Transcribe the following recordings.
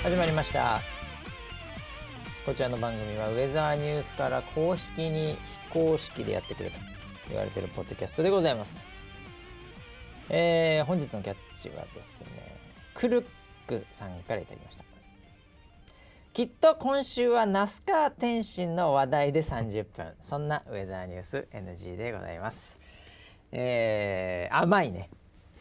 始まりました。こちらの番組はウェザーニュースから公式に非公式でやってくれと言われているポッドキャストでございます。本日のキャッチはですね、クルックさんからいただきました。きっと今週は那須川天心の話題で30分、そんなウェザーニュース NG でございます。甘いね、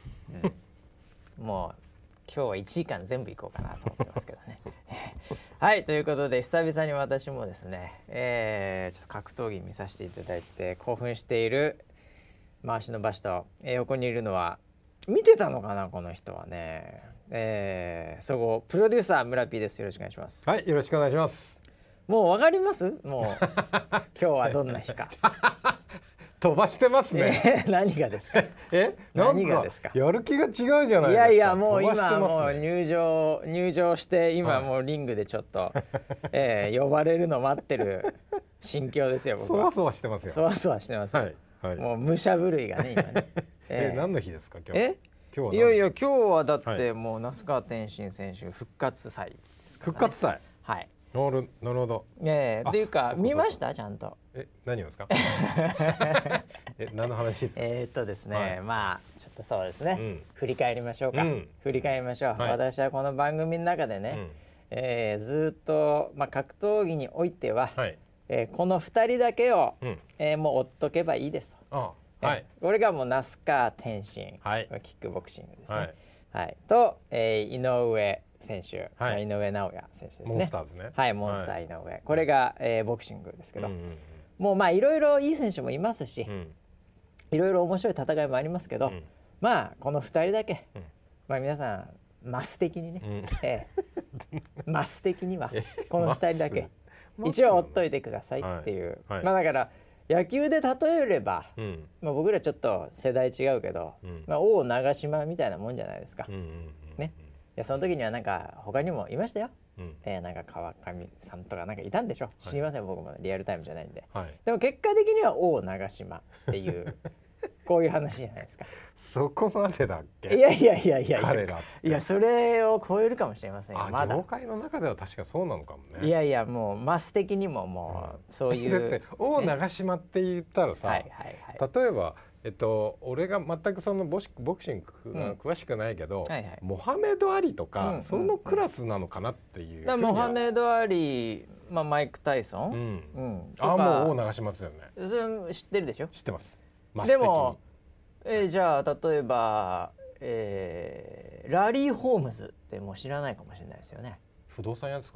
もう今日は1時間全部いこうかなと思ってますけどねはい、ということで久々に私もですね、ちょっと格闘技見させていただいて興奮している回しの場所と、横にいるのは見てたのかなこの人はね、総合プロデューサー村 P です。よろしくお願いします。 はい、よろしくお願いします。 もうわかります？もう今日はどんな日か飛ばしてますね。 何がですか？何がですか？ やる気が違うじゃないですか。 いやいや、もう今もう入場して今もうリングでちょっと、呼ばれるの待ってる心境ですよ。僕はそわそわしてますよ。 そわそわしてます。 はいはい、 もう武者震いがね今ね。 何の日ですか今日？今日いやいや、今日はだってもう那須川天心選手復活祭ですからね。 復活祭。 はい。 なるほど。 っていうか見ましたちゃんと？ 何をですか？何の話ですか？ ですね、まあちょっとそうですね、振り返りましょうか。振り返りましょう。私はこの番組の中でね、ずっと格闘技においては、この2人だけを、もう追っとけばいいですと。これがもう那須川天心、キックボクシングですね。と、井上選手、井上尚弥選手ですね。 モンスターズね。 はい、モンスター井上。これが、ボクシングですけど、もういろいろいい選手もいますし、いろいろ面白い戦いもありますけど、この2人だけ、皆さんマス的にね、マス的にはこの2人だけ一応追っといてくださいっていう。だから野球で例えれば、僕らちょっと世代違うけど、王長嶋みたいなもんじゃないですか。ね。いやその時にはなんか他にもいましたよ。なんか川上さんとかなんかいたんでしょ。知りません、僕もリアルタイムじゃないんで。でも結果的には王長嶋っていうこういう話じゃないですか。 そこまでだっけ？ いや彼らいやそれを超えるかもしれませんよ。まだ業界の中では確かそうなのかもね。 いやもうマス的にももうそういうだって王長嶋って言ったらさ、例えば俺が全くそのボクシングが詳しくないけど、モハメド・アリとか、そのクラスなのかなっていう。 モハメド・アリ、マイク・タイソン、 もう王長嶋ですよね。 それ知ってるでしょ？ 知ってます。 でも、じゃあ例えば、ラリー・ホームズってもう知らないかもしれないですよね。 不動産屋ですか？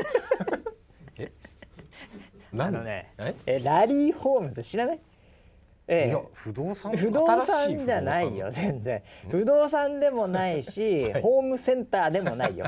ラリー・ホームズ知らない？ いや不動産じゃないよ全然。不動産でもないし、ホームセンターでもないよ。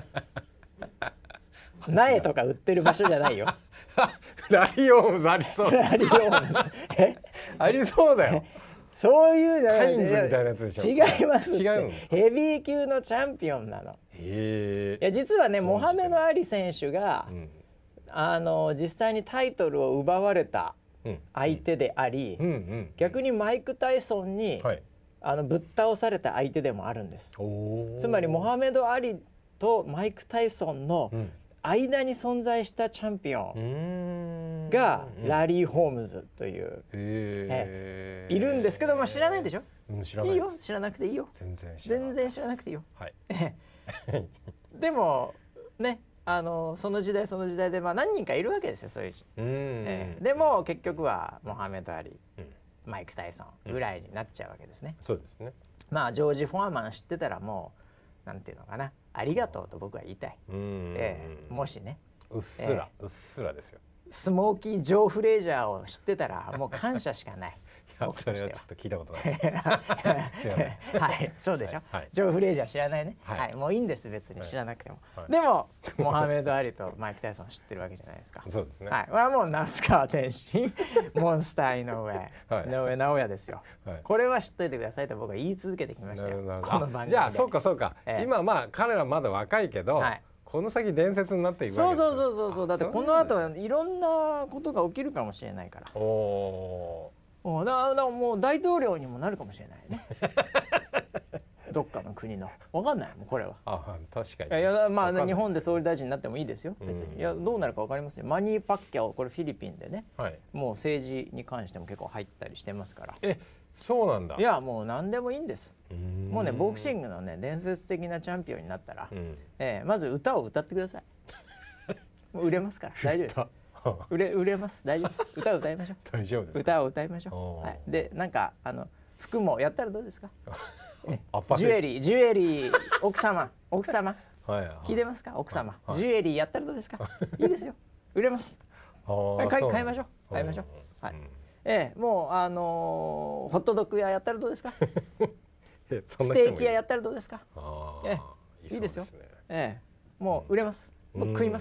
苗とか売ってる場所じゃないよ。 ラリーホームズありそう。 ラリーホームズありそうだよ。 そういうのカインズみたいなやつでしょ。 違いますって。ヘビー級のチャンピオンなの。いや実はね、モハメド・アリ選手が、実際にタイトルを奪われた相手であり、逆にマイク・タイソンに、ぶっ倒された相手でもあるんです。つまりモハメド・アリとマイク・タイソンの間に存在したチャンピオンがラリー・ホームズという、いるんですけど、知らないでしょ？いいよ、知らなくていいよ。全然知らなくていいよ。でもね、その時代で何人かいるわけですよ、そういう人。でも結局はモハメド・アリ、マイク・タイソンぐらいになっちゃうわけですね。 そうですね。 ジョージ・フォアマン知ってたらもうなんていうのかな、ありがとうと僕は言いたい。もしね、 うっすらですよ。 スモーキー・ジョー・フレイジャーを知ってたらもう感謝しかない。 僕としてはちょっと聞いたことないです。 はい、そうでしょ。ジョー・フレイジャー知らないね。はい、もういいんです、別に知らなくても。でもモハメド・アリとマイク・タイソン知ってるわけじゃないですか。 そうですね。 はい、はもう那須川天心、モンスター井上、井上尚弥ですよ。これは知っといてくださいと僕は言い続けてきましたよ。この番組で。 じゃあそうか。今彼らまだ若いけど、この先伝説になっていくわけです。 そう。だってこの後いろんなことが起きるかもしれないから。だからもう大統領にもなるかもしれないね。 どっかの国の分かんないもんこれは。 確かに。 いやまあ日本で総理大臣になってもいいですよ別に。いやどうなるか分かりますよ。マニー・パッキャオこれフィリピンでね、もう政治に関しても結構入ったりしてますから。 そうなんだ。 いやもう何でもいいんです。もうねボクシングのね伝説的なチャンピオンになったら、まず歌を歌ってください。もう売れますから大丈夫です。売れます大丈夫です。歌を歌いましょう。 大丈夫です。 歌を歌いましょう。でなんか服もやったらどうですか。ジュエリー奥様聞いてますか奥様、ジュエリーやったらどうですか。いいですよ売れます。買いましょうはい。もうホットドッグ屋やったらどうですか。ステーキ屋やったらどうですか。いいですよ。もう売れます。僕食います。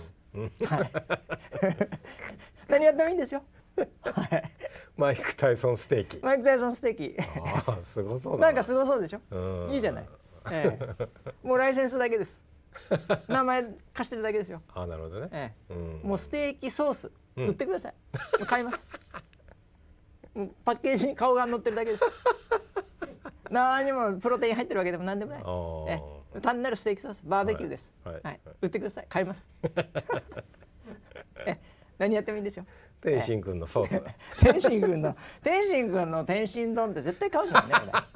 何やってもいいんですよ。 マイク・タイソンステーキ。 すごそうだな。なんかすごそうでしょ。いいじゃない。もうライセンスだけです。名前貸してるだけですよ。 なるほどね。 もうステーキソース売ってください。買います。パッケージに顔が載ってるだけです。何にもプロテイン入ってるわけでも何でもない。単なるステーキソースバーベキューです。売ってください。買います。何やってもいいんですよ。 天心君のソース。 天心君の天津丼って絶対買うもんね。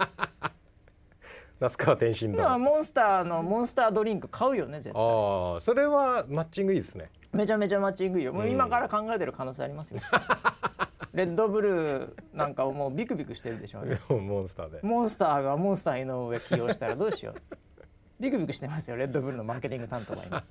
那須川天心丼。 モンスタードリンク買うよね絶対。 それはマッチングいいですね。 めちゃめちゃマッチングいいよ。もう今から考えてる可能性ありますよ。レッドブルなんかもうビクビクしてるでしょうね。 モンスターがモンスター井上起用したらどうしよう。ビクビクしてますよレッドブルのマーケティング担当が今。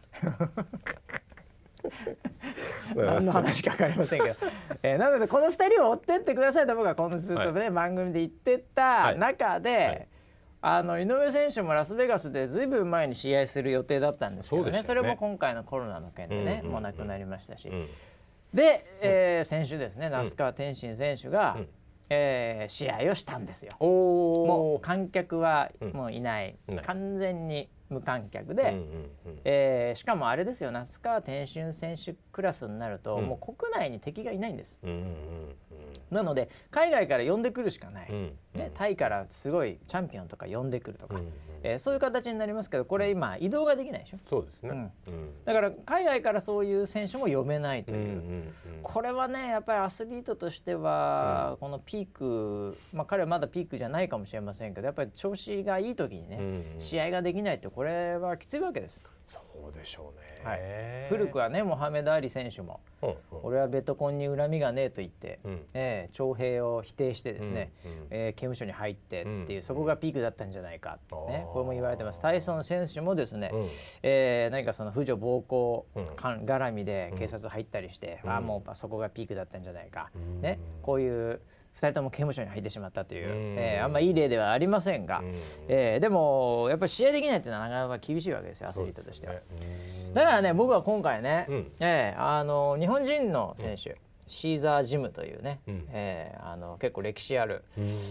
何の話か分かりませんけど、なのでこの2人を追ってってくださいと僕はこのずっとね、番組で言ってた中で、井上選手もラスベガスでずいぶん前に試合する予定だったんですけどね。それも今回のコロナの件でね、もうなくなりましたし、で、先週ですね那須川天心選手が、試合をしたんですよ。もう観客はもういない、完全に無観客で、しかもあれですよ那須川天心選手クラスになると、もう国内に敵がいないんです。なので海外から呼んでくるしかない、タイからすごいチャンピオンとか呼んでくるとか、そういう形になりますけど、これ今移動ができないでしょ。 そうですね、 だから海外からそういう選手も呼べないという、これはねやっぱりアスリートとしては、このピーク、彼はまだピークじゃないかもしれませんけど、やっぱり調子がいい時にね、試合ができないってこれはきついわけです。 そうでしょうね、 古くはねモハメド・アリ選手も、俺はベトコンに恨みがねえと言って、徴兵を否定してですね、刑務所に入ってっていう、そこがピークだったんじゃないか、これも言われてます。タイソン選手もですね、何かその婦女暴行絡みで警察入ったりして、もうそこがピークだったんじゃないか、こういう2人とも刑務所に入ってしまったという、あんまいい例ではありませんが、でもやっぱり試合できないっていうのはなかなか厳しいわけですよ、アスリートとしては。だからね僕は今回ね、日本人の選手、シーザージムというね、結構歴史ある、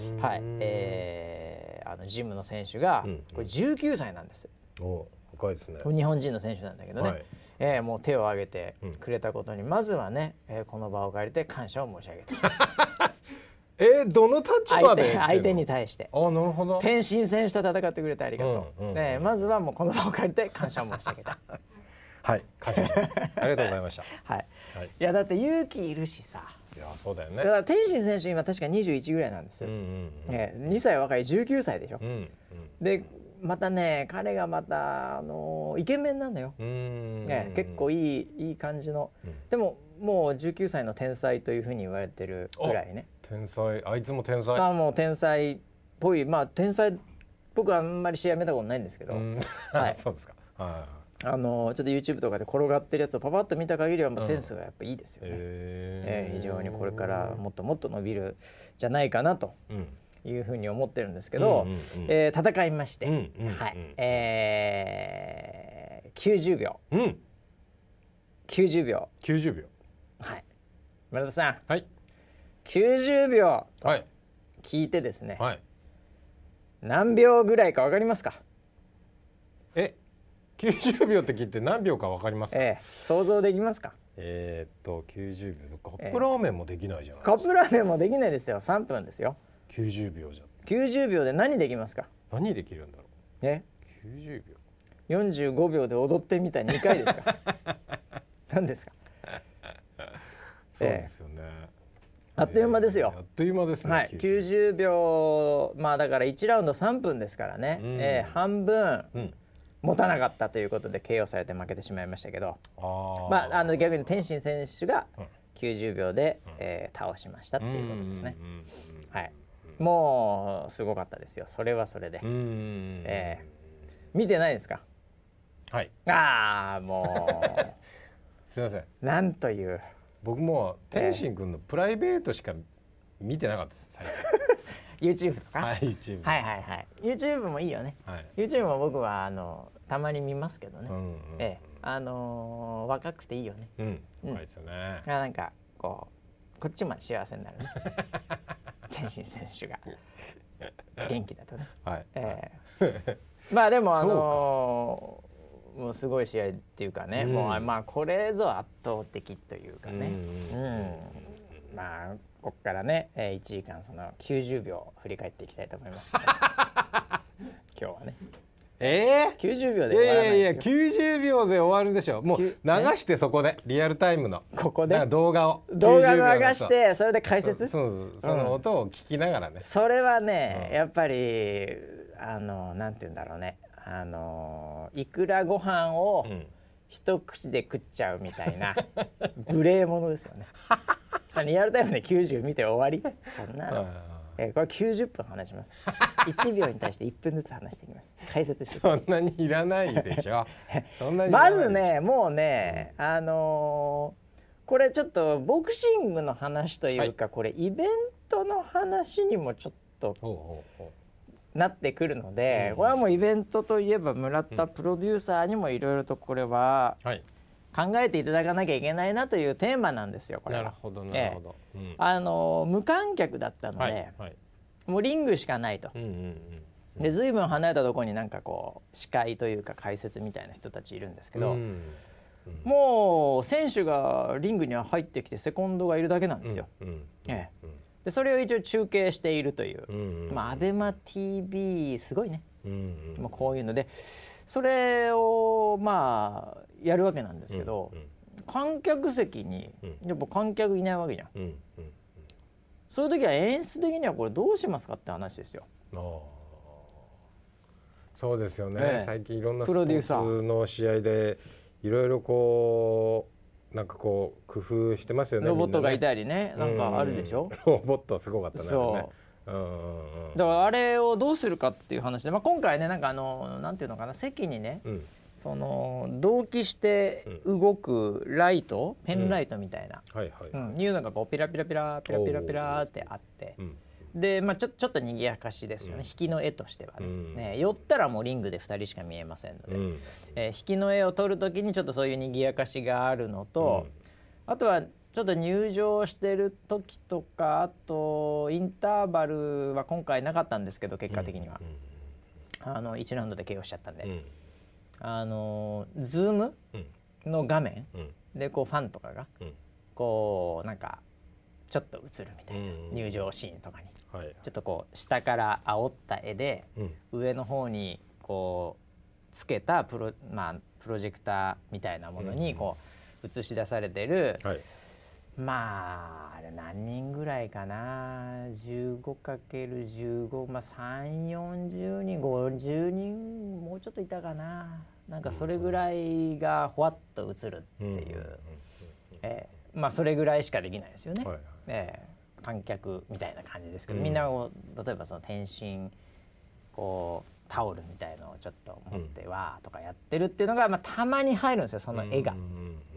ジムの選手が、これ19歳なんです。 若いですね。 日本人の選手なんだけどね、もう手を挙げてくれたことに、まずはね、この場を借りて感謝を申し上げた。 どの立場で相手に対して。 なるほど。 天心選手と戦ってくれてありがとう。まずはもうこの場を借りて感謝を申し上げた。 はい、感謝します。ありがとうございました。 いやだって勇気いるしさ。 いやそうだよね。 だから天心選手今確か21ぐらいなんですよ。2歳若い19歳でしょ。でまたね彼がまたイケメンなんだよ。結構いい感じの。でももう19歳の天才というふうに言われてるぐらいね。 天才、あいつも天才。 もう天才っぽい、天才、僕はあんまり試合見たことないんですけど、 そうですか。 ちょっと YouTube とかで転がってるやつをパパッと見た限りはもうセンスがやっぱいいですよね。非常にこれからもっともっと伸びるじゃないかなというふうに思ってるんですけど、戦いまして、90秒、90秒、はい、村田さん、はい、90秒と聞いてですね、何秒ぐらいか分かりますか ？90秒って聞いて何秒か分かりますか？ 想像できますか ？90秒、カップラーメンもできないじゃないですか。 カップラーメンもできないですよ。3分ですよ。 90秒じゃ。 90秒で何できますか？ 何できるんだろう。90 秒。45秒で踊ってみた2回ですか。何ですか。 そうですよね。 あっという間ですよ。 あっという間ですね。 はい、90秒、まあだから1ラウンド3分ですからね、半分持たなかったということで KO されて負けてしまいましたけど、まあ逆に天心選手が90秒で、倒しましたっていうことですね。はい、もうすごかったですよ。それはそれで。見てないですか。 はい。 ああもうすいません。 なんという。 僕も天心君のプライベートしか見てなかったです最近。YouTube とか。 はい YouTube。 はいはいはい。YouTube もいいよね。YouTube も僕はたまに見ますけどね。若くていいよね。 若いですよね。 なんかこっちまで幸せになるね。天心選手が元気だとね。はい。まあでももうすごい試合っていうかね、もうまあこれぞ圧倒的というかね、まあここからね1時間その90秒振り返っていきたいと思いますけど今日はね90秒で終わらないですよ。 90秒で終わるでしょ。もう流してそこでリアルタイムのここで動画流してそれで解説、 その音を聞きながらね、 それはねやっぱりなんて言うんだろうね、いくらご飯を一口で食っちゃうみたいな無礼者ですよね。そのリアルタイムで90見て終わり、そんなの、これ90分話します。1秒に対して1分ずつ話していきます。解説してください。 そんなにいらないでしょ。 まずねもうね、これちょっとボクシングの話というか、これイベントの話にもちょっとなってくるので、これはもうイベントといえば村田プロデューサーにもいろいろとこれは考えていただかなきゃいけないなというテーマなんですよ。これはなるほどなるほど。 無観客だったので、もうリングしかないと。で随分離れたところになんかこう司会というか解説みたいな人たちいるんですけど、もう選手がリングには入ってきてセコンドがいるだけなんですよ。でそれを一応中継しているという、まあアベマ TV すごいね、まあこういうのでそれをまあやるわけなんですけど、観客席にやっぱ観客いないわけじゃん。そういう時は演出的にはこれどうしますかって話ですよ。 そうですよね、最近いろんなスポーツの試合でいろいろこうなんかこう工夫してますよね。 ロボットがいたりね、なんかあるでしょ。 ロボットすごかったね。 そう。だからあれをどうするかっていう話で、まあ今回ねなんかなんていうのかな、席にね、その同期して動くライト、ペンライトみたいな、いうのがこうピラピラピラピラピラピラってあって。でまあ、ちょっと賑やかしですよね、引きの絵としてはね。寄ったらもうリングで2人しか見えませんので、引きの絵を撮る時にちょっとそういう賑やかしがあるのと、あとはちょっと入場してる時とか、あとインターバルは今回なかったんですけど結果的には、1ラウンドで KO しちゃったんで、ズームの画面でこうファンとかがこうなんかちょっと映るみたいな、入場シーンとかにちょっとこう下から煽った絵で、上の方にこうつけたプロジェクターみたいなものにこう映し出されてる、まああれ何人ぐらいかな、 15×15、まあ3040人50人もうちょっといたかな、なんかそれぐらいがほわっと映るっていう、まあそれぐらいしかできないですよね。観客みたいな感じですけど、みんなを例えばその天心こうタオルみたいのをちょっと持ってわーとかやってるっていうのが、まあ、たまに入るんですよ、その絵が。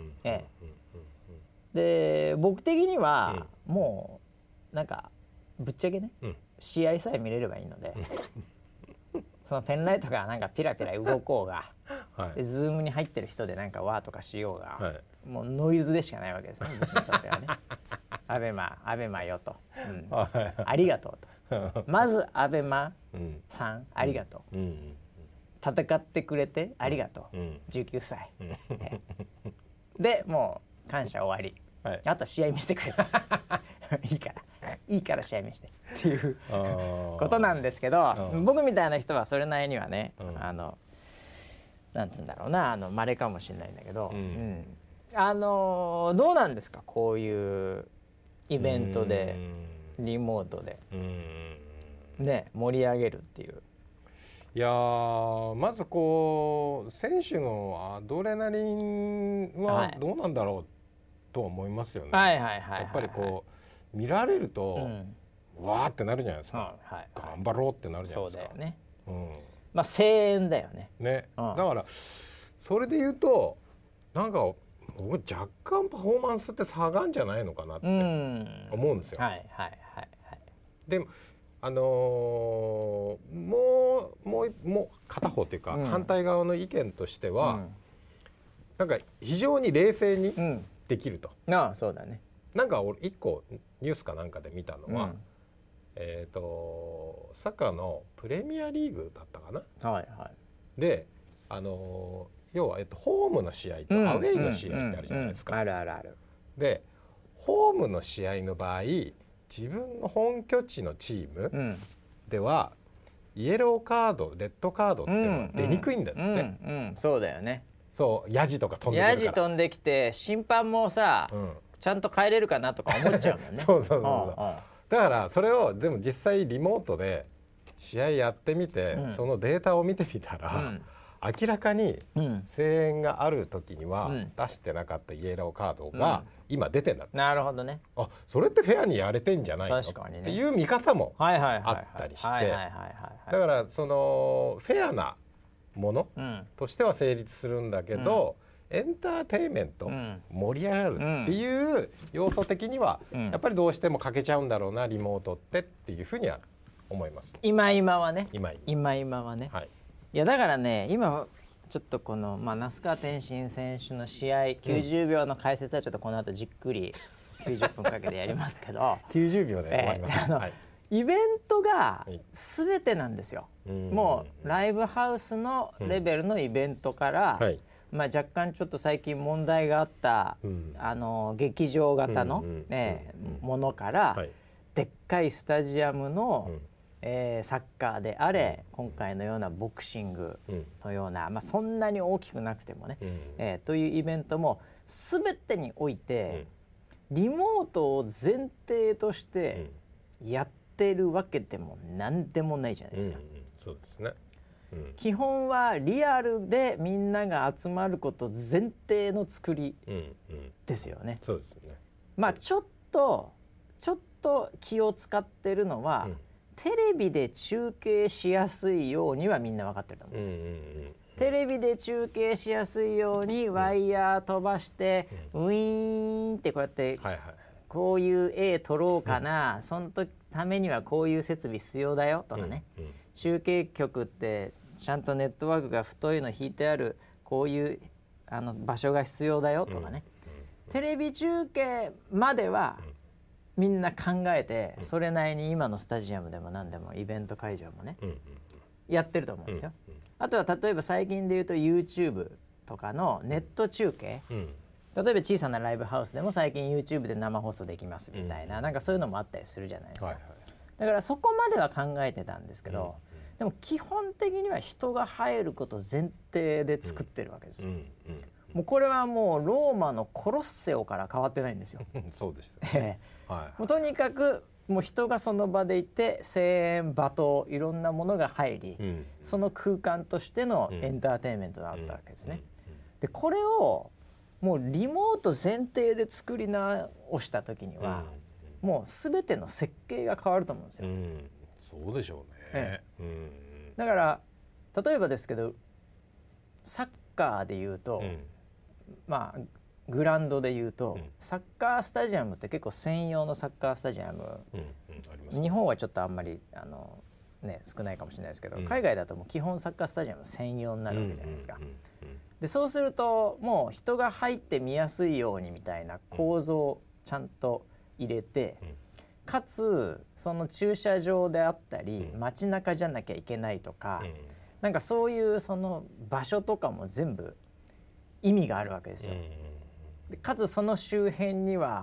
で僕的にはもうなんかぶっちゃけね、試合さえ見れればいいのでそのペンライトがなんかピラピラ動こうが、でズームに入ってる人でなんかわーとかしようが、もうノイズでしかないわけですね、僕にとってはね。アベマよと、ありがとうと、まずアベマさんありがとう、戦ってくれてありがとう、19歳でもう感謝終わり、あと試合見せてくれいいからいいから試合見してっていうことなんですけど、僕みたいな人はそれなりにはね、なんつうんだろうな、稀かもしれないんだけど、どうなんですか、こういうイベントでリモートでね盛り上げるっていう。 いやまずこう選手のアドレナリンはどうなんだろうと思いますよね。やっぱりこう見られると、わーってなるじゃないですか、頑張ろうってなるじゃないですか。 そうだよね、まあ声援だよね。 だからそれで言うとなんか僕若干パフォーマンスって下がるんじゃないのかなって思うんですよ。でももう片方というか、反対側の意見としては、なんか非常に冷静にできると。 そうだね。 なんか俺一個ニュースかなんかで見たのは、サッカーのプレミアリーグだったかな。で要はホームの試合とアウェイの試合ってあるじゃないですか。 あるあるある。 でホームの試合の場合、自分の本拠地のチームでは、イエローカードレッドカードっていうのは出にくいんだって。 そうだよね。 そうヤジとか飛んでくるから、 ヤジ飛んできて審判もさ、ちゃんと帰れるかなとか思っちゃうもんね。 だからそれをでも実際リモートで試合やってみて、そのデータを見てみたら、明らかに声援がある時には出してなかったイエローカードが今出てんだって。 なるほどね。 それってフェアにやれてんじゃないのっていう見方もあったりして、だからそのフェアなものとしては成立するんだけど、エンターテインメント、盛り上がるっていう要素的にはやっぱりどうしても欠けちゃうんだろうな、リモートっていうふうには思います。 今はね。今はね。いやだからね、今ちょっとこの、那須川天心選手の試合90秒の解説はちょっとこの後じっくり90分かけてやりますけど 90秒で終わります。 イベントが全てなんですよ。もうライブハウスのレベルのイベントから、若干ちょっと最近問題があった、劇場型の、ものから、でっかいスタジアムの、サッカーであれ、今回のようなボクシングのような、そんなに大きくなくてもね、というイベントも全てにおいて、リモートを前提としてやってるわけでも何でもないじゃないですか。 そうですね。 基本はリアルでみんなが集まること前提の作りですよね。 そうですね。 ちょっと気を使ってるのは、テレビで中継しやすいようにはみんな分かってると思うんですよ。テレビで中継しやすいようにワイヤー飛ばして、ウィーンってこうやって、こういう絵撮ろうかな、そのためにはこういう設備必要だよとかね、中継局ってちゃんとネットワークが太いの引いてあるこういう場所が必要だよとかね、テレビ中継まではみんな考えて、それなりに今のスタジアムでも何でもイベント会場もね、やってると思うんですよ。あとは例えば最近で言うと YouTube とかのネット中継、例えば小さなライブハウスでも最近 YouTube で生放送できますみたいな、なんかそういうのもあったりするじゃないですか。だからそこまでは考えてたんですけど、でも基本的には人が入ること前提で作ってるわけですよ。もうこれはもうローマのコロッセオから変わってないんですよ。 そうですね。 もうとにかくもう人がその場でいて、声援罵倒いろんなものが入り、その空間としてのエンターテインメントだったわけですね。でこれをもうリモート前提で作り直した時には、もう全ての設計が変わると思うんですよ。 そうでしょうね。 だから例えばですけど、サッカーでいうと、グラウンドでいうと、サッカースタジアムって結構専用のサッカースタジアム、日本はちょっとあんまり少ないかもしれないですけど、海外だともう基本サッカースタジアム専用になるわけじゃないですか。でそうするともう人が入って見やすいようにみたいな構造をちゃんと入れて、かつその駐車場であったり、街中じゃなきゃいけないとか、なんかそういうその場所とかも全部意味があるわけですよ。でかつその周辺には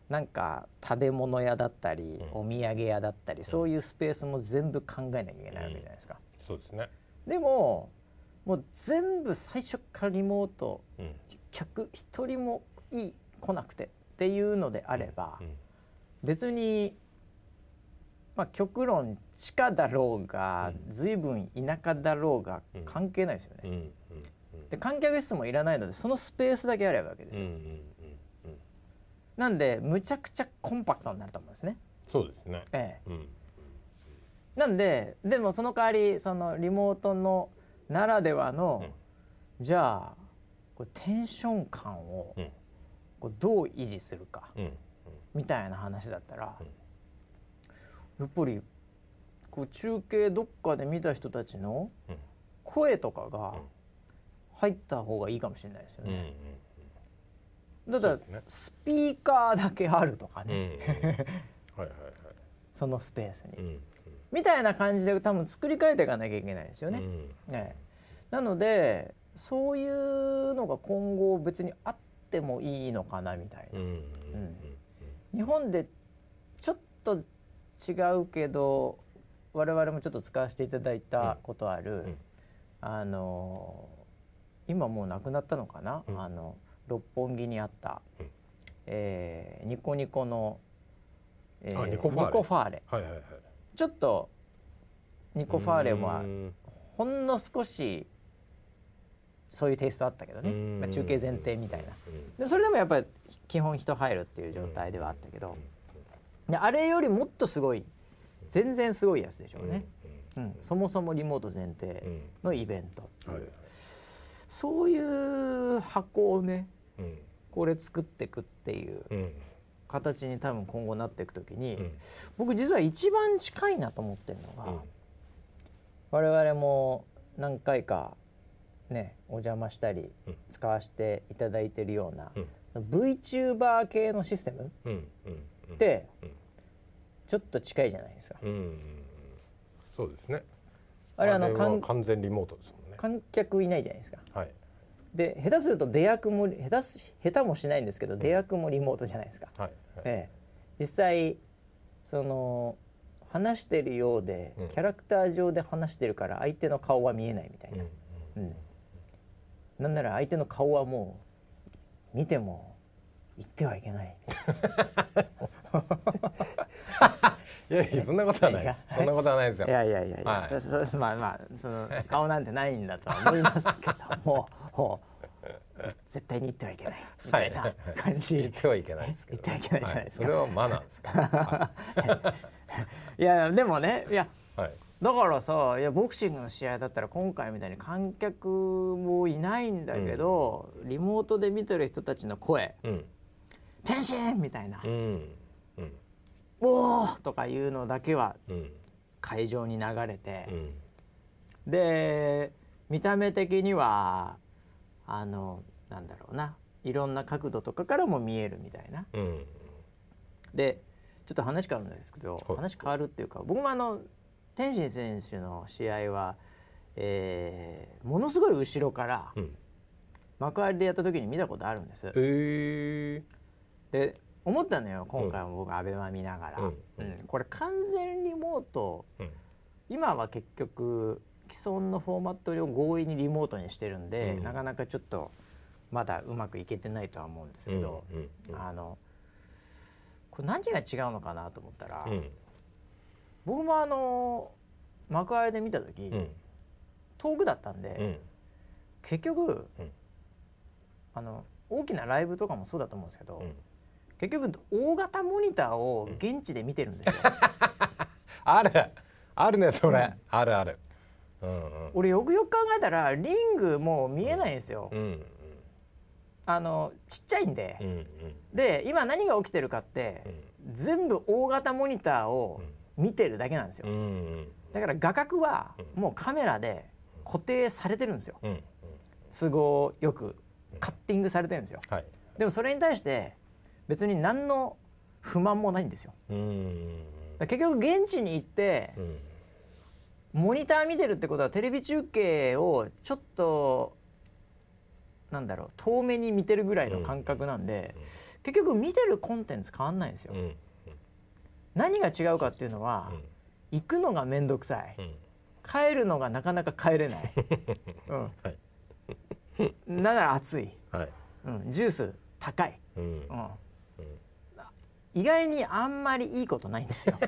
なんか食べ物屋だったり、お土産屋だったり、そういうスペースも全部考えなきゃいけないわけじゃないですか。 そうですね。 でももう全部最初からリモート、客一人も来なくてっていうのであれば、別に極論地下だろうが、随分田舎だろうが関係ないですよね。で観客室もいらないので、そのスペースだけあればいいわけですよ。なんでむちゃくちゃコンパクトになると思うんですね。 そうですね。 なんででもその代わりそのリモートのならではの、じゃあこれテンション感をこうどう維持するか、みたいな話だったら、やっぱりこう中継どっかで見た人たちの声とかが入った方がいいかもしれないですよね。だからスピーカーだけあるとかね、そのスペースに、みたいな感じで多分作り変えていかなきゃいけないですよね。なのでそういうのが今後別にあってもいいのかなみたいな。日本でちょっと違うけど我々もちょっと使わせていただいたことある、今もうなくなったのかな、六本木にあった、ニコニコの、ニコファーレ、ちょっとニコファーレもほんの少しそういうテイストあったけどね、中継前提みたいな。でもそれでもやっぱり基本人入るっていう状態ではあったけど、であれよりもっとすごい、全然すごいやつでしょうね。そもそもリモート前提のイベントっていう、そういう箱をね、これ作っていくっていう形に多分今後なっていくときに、僕実は一番近いなと思ってるのが、我々も何回かねお邪魔したり使わせていただいているような、VTuber 系のシステムってちょっと近いじゃないですか。 そうですね。 あれ完全リモートですもんね。 観客いないじゃないですか。で下手すると出役も下手もしないんですけど、出役もリモートじゃないですか。実際その話してるようで、キャラクター上で話してるから相手の顔は見えないみたいな、なんなら相手の顔はもう見ても言ってはいけないいやそんなことはないそんなことはないですよ。 いやまあその顔なんてないんだとは思いますけども絶対に言ってはいけないみたいな感じ。 言ってはいけないですけど、 言ってはいけないじゃないですか。 それはマナーですから。 いやでもね、だからさ、ボクシングの試合だったら今回みたいに観客もいないんだけど、リモートで見てる人たちの声、天心みたいな、おーとかいうのだけは会場に流れて、で見た目的にはなんだろうな、いろんな角度とかからも見えるみたいな。でちょっと話変わるんですけど、話変わるっていうか、僕も天心選手の試合は、ものすごい後ろから幕張でやった時に見たことあるんです。で思ったのよ、今回も僕アベマ見ながら、これ完全リモート、今は結局既存のフォーマットを強引にリモートにしてるんで、なかなかちょっとまだうまくいけてないとは思うんですけど、これ何が違うのかなと思ったら、僕も幕張で見た時、遠くだったんで、結局、大きなライブとかもそうだと思うんですけど、結局大型モニターを現地で見てるんですよ。 あるねそれ、ある。 俺よくよく考えたらリングもう見えないんですよ。ちっちゃいんで、で今何が起きてるかって、全部大型モニターを見てるだけなんですよ。だから画角はもうカメラで固定されてるんですよ。都合よくカッティングされてるんですよ。でもそれに対して別に何の不満もないんですよ。結局現地に行って、モニター見てるってことはテレビ中継をちょっとなんだろう遠目に見てるぐらいの感覚なんで、結局見てるコンテンツ変わんないんですよ。何が違うかっていうのは、行くのがめんどくさい、帰るのがなかなか帰れない、なんなら暑い、ジュース高い、意外にあんまりいいことないんですよ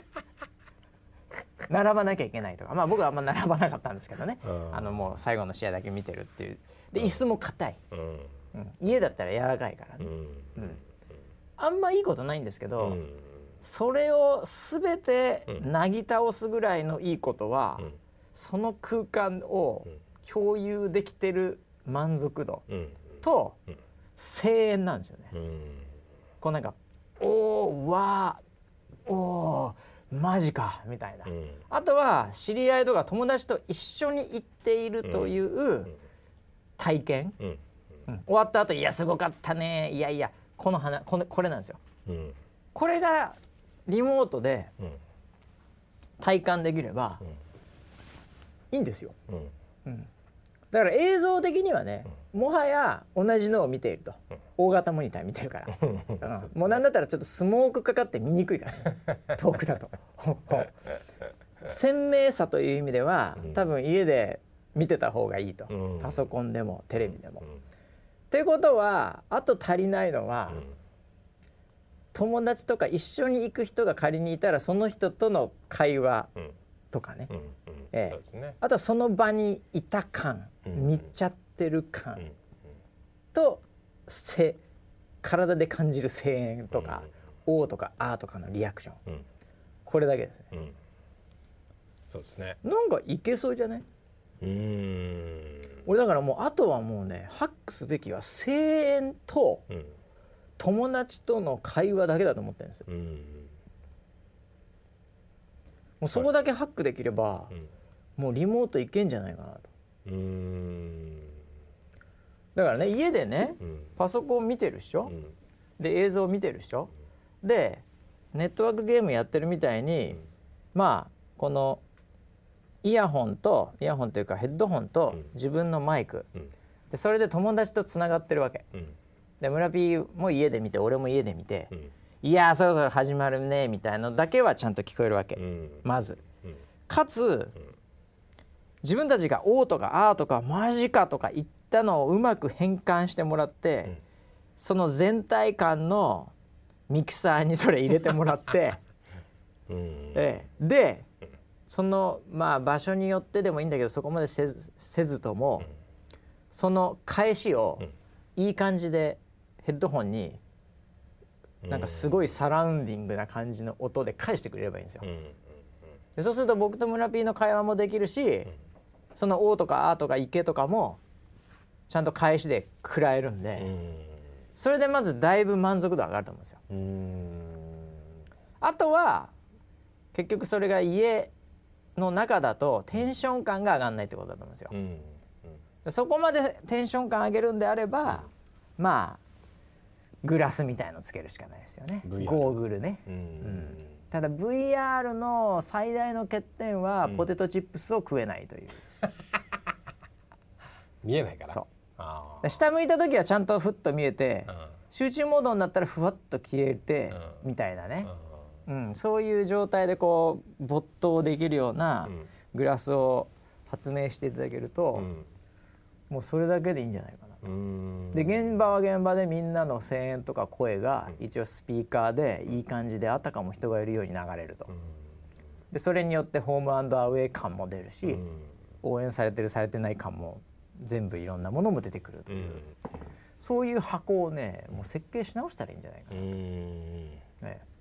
並ばなきゃいけないとか、まあ僕はあんま並ばなかったんですけどね、もう最後の試合だけ見てるっていう。で椅子も硬い、家だったら柔らかいからね、あんまいいことないんですけど、それを全てなぎ倒すぐらいのいいことは、その空間を共有できてる満足度と声援なんですよね。こうなんかおーわーおーマジかみたいな、あとは知り合いとか友達と一緒に行っているという体験、終わった後いやすごかったね、いやいやこれなんですよ、これがリモートで体感できればいいんですよ、だから映像的にはね、もはや同じのを見ていると、大型モニター見てるから、もうなんだったらちょっとスモークかかって見にくいからね遠くだと鮮明さという意味では多分家で見てた方がいいと、パソコンでもテレビでも、っていうことはあと足りないのは、友達とか一緒に行く人が仮にいたらその人との会話とかね、あとはその場にいた感、見ちゃってる感と体で感じる声援とか、おーとかあーとかのリアクション、これだけですね、 そうですね。 なんかいけそうじゃない？俺だからもうあとはもうね、ハックすべきは声援と友達との会話だけだと思ってるんですよ。もうそこだけハックできれば、もうリモートいけんじゃないかなと。だからね、家でね、パソコン見てるでしょ、で映像見てるでしょ、でネットワークゲームやってるみたいに、まあこのイヤホンというかヘッドホンと自分のマイク、でそれで友達とつながってるわけ、で村 P も家で見て俺も家で見て、いやそろそろ始まるねみたいなのだけはちゃんと聞こえるわけ、まず、かつ、自分たちがおーとかあーとかマジかとか言ったのをうまく変換してもらって、その全体感のミキサーにそれ入れてもらってでそのまあ場所によってでもいいんだけど、そこまでせずとも、その返しをいい感じでヘッドホンになんかすごいサラウンディングな感じの音で返してくれればいいんですよ。でそうすると僕と村 P の会話もできるし、その「お」とか「あ」とか「いけ」とかもちゃんと返しで食らえるんで、それでまずだいぶ満足度上がると思うんですよ。あとは結局それが家の中だとテンション感が上がんないってことだと思うんですよ。そこまでテンション感上げるんであれば、まあグラスみたいのつけるしかないですよね。ゴーグルね。ただ VR の最大の欠点はポテトチップスを食えないという。 見えないから。 そう。下向いた時はちゃんとふっと見えて、集中モードになったらふわっと消えて、みたいなね。そういう状態でこう没頭できるようなグラスを発明していただけると、もうそれだけでいいんじゃないかなと。で現場は現場でみんなの声援とか声が一応スピーカーでいい感じであたかも人がいるように流れると。でそれによってホームアンドアウェイ感も出るし、応援されてるされてない感も全部いろんなものも出てくるという、そういう箱をねもう設計し直したらいいんじゃないかなと。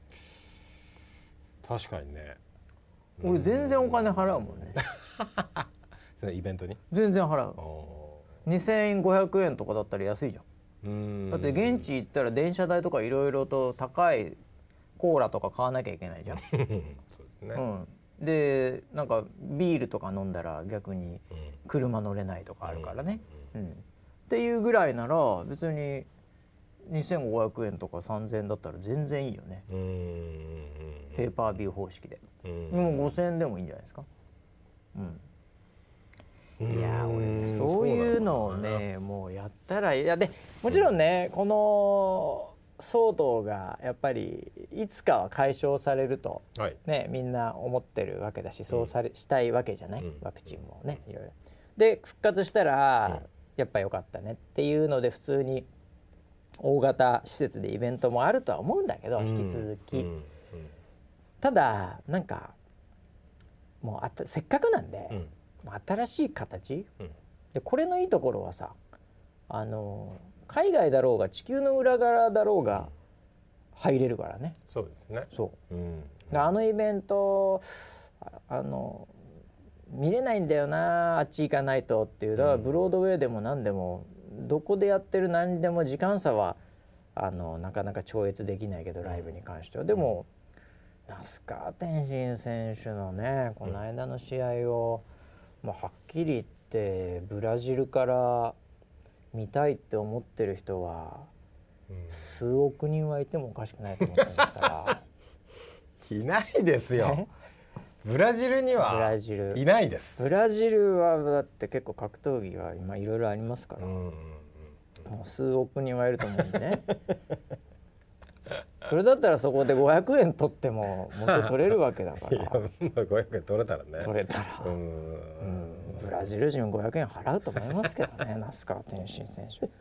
確かにね。 俺全然お金払うもんね。 イベントに全然払う。2500円とかだったら安いじゃん。だって現地行ったら電車代とかいろいろと高いコーラとか買わなきゃいけないじゃん。そうですね。でなんかビールとか飲んだら逆に車乗れないとかあるからね。っていうぐらいなら別に2500円とか3000円だったら全然いいよね。ペーパービュー方式で。もう5000円でもいいんじゃないですか。 いや俺ねそういうのをねもうやったらいやでもちろんねこの騒動がやっぱりいつかは解消されると、ね、みんな思ってるわけだしそうしたいわけじゃない、ワクチンもねいろいろで復活したら、やっぱ良かったねっていうので普通に大型施設でイベントもあるとは思うんだけど引き続き、ただなんかもうせっかくなんで、新しい形、でこれのいいところはさ海外だろうが地球の裏側だろうが入れるからね。 そうですね。 そう、あのイベント見れないんだよなあっち行かないとっていうだからブロードウェイでも何でもどこでやってる何でも時間差はなかなか超越できないけどライブに関してはでも那須川天心選手のねこの間の試合をもうはっきり言ってブラジルから見たいって思ってる人は数億人はいてもおかしくないと思ってますからいないですよ。ブラジルにはいないです。 ブラジルはだって結構格闘技が今いろいろありますから、もう数億人はいると思うんでねそれだったらそこで500円取っても元取れるわけだからいや 500円取れたらね取れたらブラジル人500円払うと思いますけどね那須川天心選手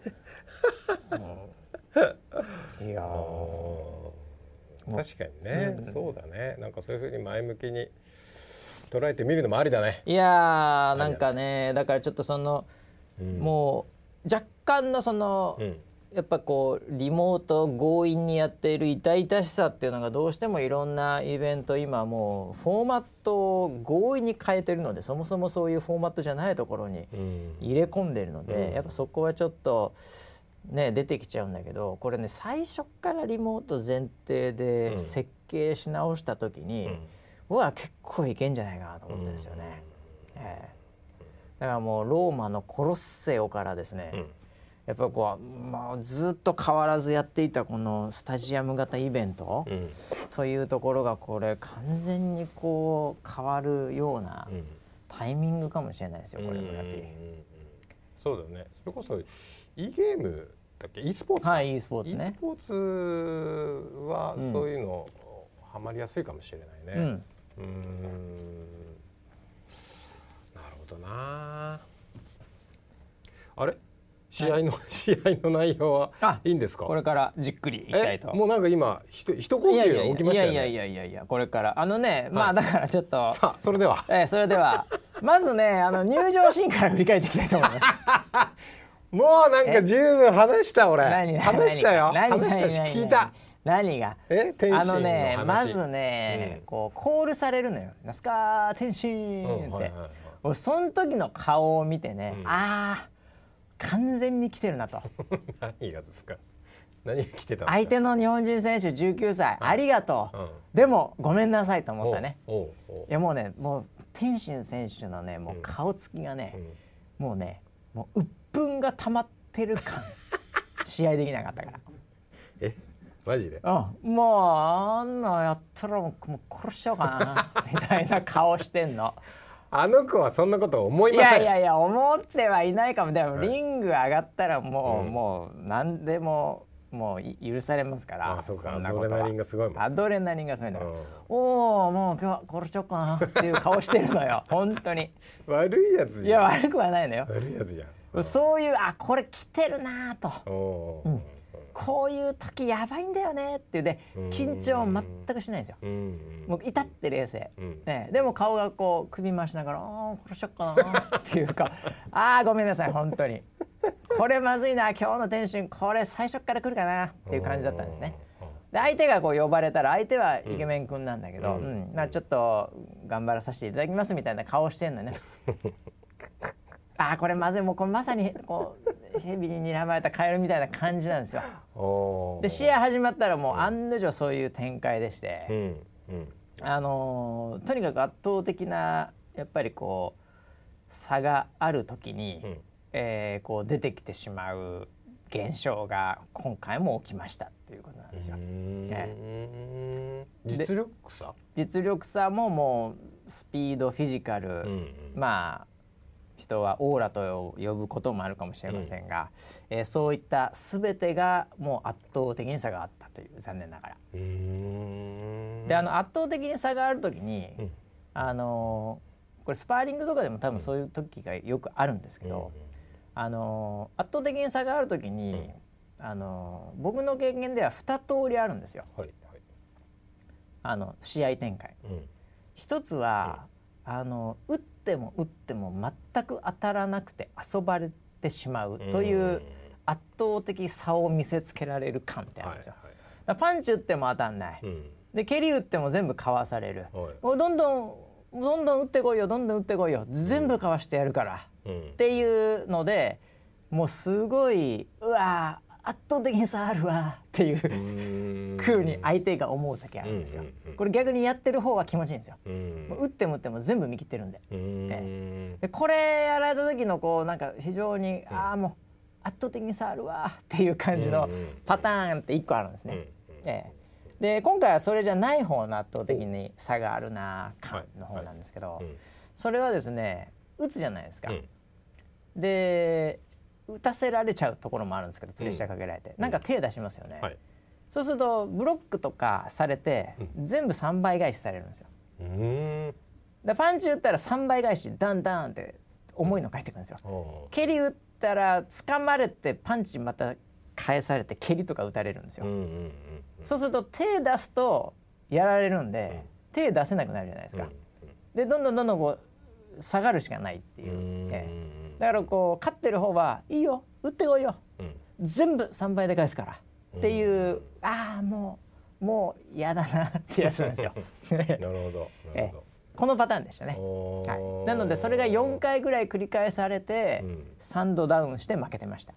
いや確かにね、そうだねなんかそういう風に前向きに捉えてみるのもありだね。 いやなんかねだからちょっとその、もう若干のその、やっぱこうリモート強引にやっている痛々しさっていうのがどうしてもいろんなイベント今もうフォーマットを強引に変えてるのでそもそもそういうフォーマットじゃないところに入れ込んでるので、やっぱそこはちょっとね出てきちゃうんだけどこれね最初からリモート前提で設計し直した時に、僕は結構いけんじゃないかなと思ってるんですよね。だからもうローマのコロッセオからですね、やっぱこう、ずっと変わらずやっていたこのスタジアム型イベント、というところがこれ完全にこう変わるようなタイミングかもしれないですよこれもやって。 そうだね。それこそ e ゲームだっけ e スポーツか、 e スポーツね。 e スポーツはそういうのハマりやすいかもしれないね。なるほどな。あれ試合の内容はいいんですか。 これからじっくりいきたいと。 もうなんか今一呼吸起きましたよね。 いやこれからだからちょっとさあそれではまずね入場シーンから振り返っていきたいと思いますもうなんか十分話した俺話したよ話したし聞いた。 何が天心の話まずね、こうコールされるのよ那須川天心って、その時の顔を見てね、完全に来てるなと何がですか。何が来てたんですか。 相手の日本人選手19歳、ありがとう、でもごめんなさいと思ったね。いやもう天心選手のねもう顔つきがね、もう鬱憤が溜まってる感試合できなかったからマジで。 もうあんなやったらもう殺しちゃおうかなみたいな顔してんの。 あの子はそんなこと思いません。 いや思ってはいないかも。でもリング上がったらもう何でももう許されますから。 そうか。アドレナリンがすごいもん。 アドレナリンがすごいんだから、もう今日は殺しちゃおうかなっていう顔してるのよ本当に。 悪いやつじゃん。 いや悪くはないのよ。 悪いやつじゃん。 そういうこれ来てるなと、こういう時やばいんだよねっていうで緊張全くしないんですよ。もう至って冷静、でも顔がこう首回しながら殺しちゃおうかなっていうかごめんなさい本当にこれまずいな今日の天心これ最初から来るかなっていう感じだったんですね。で相手がこう呼ばれたら相手はイケメン君なんだけど、ちょっと頑張らさせていただきますみたいな顔してんのねこれまずいもうこれまさにこう蛇に睨まれたカエルみたいな感じなんですよ。で試合始まったらもう案の定そういう展開でして、とにかく圧倒的なやっぱりこう差がある時に、こう出てきてしまう現象が今回も起きましたということなんですよ。 実力差ももうスピードフィジカル、 人はオーラと呼ぶこともあるかもしれませんが、そういった全てがもう圧倒的に差があったという、残念ながら。で圧倒的に差がある時に、これスパーリングとかでも多分そういう時がよくあるんですけど、圧倒的に差がある時に、僕の経験では2通りあるんですよ、試合展開。一つは打っても打っても全く当たらなくて遊ばれてしまうという圧倒的差を見せつけられる感ってあるんですよ。だパンチ打っても当たんない、で蹴り打っても全部かわされる、もうどんどん打ってこいよ、どんどん打ってこいよ、全部かわしてやるから、っていうので、もうすごい、うわ圧倒的に差あるわっていう風に相手が思う時あるんですよ。これ逆にやってる方は気持ちいいんですよ。もう打っても打っても全部見切ってるんで。でこれやられた時のこうなんか非常にもう圧倒的に差あるわっていう感じのパターンって1個あるんですね。で今回はそれじゃない方の圧倒的に差があるな感の方なんですけど、それはですね、打つじゃないですか。で打たせられちゃうところもあるんですけど、プレッシャーかけられて、なんか手出しますよね。そうするとブロックとかされて、全部3倍返しされるんですよ。でパンチ打ったら3倍返しダンダンって重いの返ってくるんですよ。蹴り打ったら掴まれてパンチまた返されて蹴りとか打たれるんですよ。そうすると手出すとやられるんで、手出せなくなるじゃないですか。でどんどんこう下がるしかないっていう、だからこう勝ってる方はいいよ、打ってこいよ、全部3倍で返すからっていう、もう嫌だなってやつなんですよ。 なるほど。 このパターンでしたね。なのでそれが4回ぐらい繰り返されて、3度ダウンして負けてました。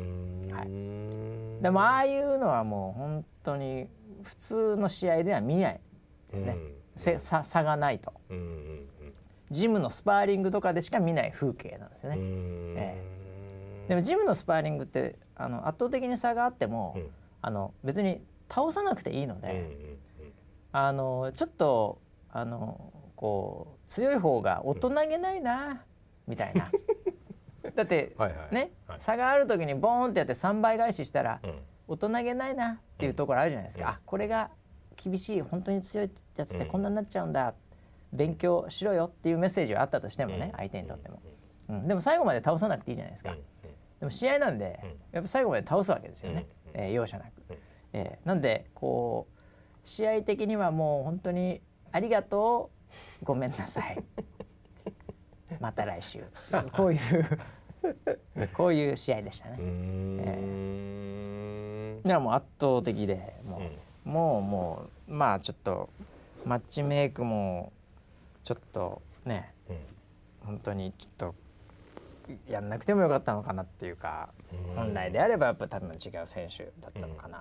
でもああいうのはもう本当に普通の試合では見ないですね。差がないと。ジムのスパーリングとかでしか見ない風景なんですよね。でもジムのスパーリングって圧倒的に差があっても、別に倒さなくていいので、ちょっとこう強い方が大人げないなみたいな。だってね、差がある時にボーンってやって3倍返ししたら大人げないなっていうところあるじゃないですか。これが厳しい本当に強いやつってこんなになっちゃうんだ、勉強しろよっていうメッセージはあったとしてもね、相手にとっても、でも最後まで倒さなくていいじゃないですか。でも試合なんでやっぱ最後まで倒すわけですよね、容赦なく。なんでこう試合的にはもう本当にありがとう、ごめんなさい、また来週っていうこういう試合でしたね。いやもう圧倒的でもうまあちょっとマッチメイクもちょっとね、本当にちょっとやんなくてもよかったのかなっていうか、本来であればやっぱ多分違う選手だったのかなって。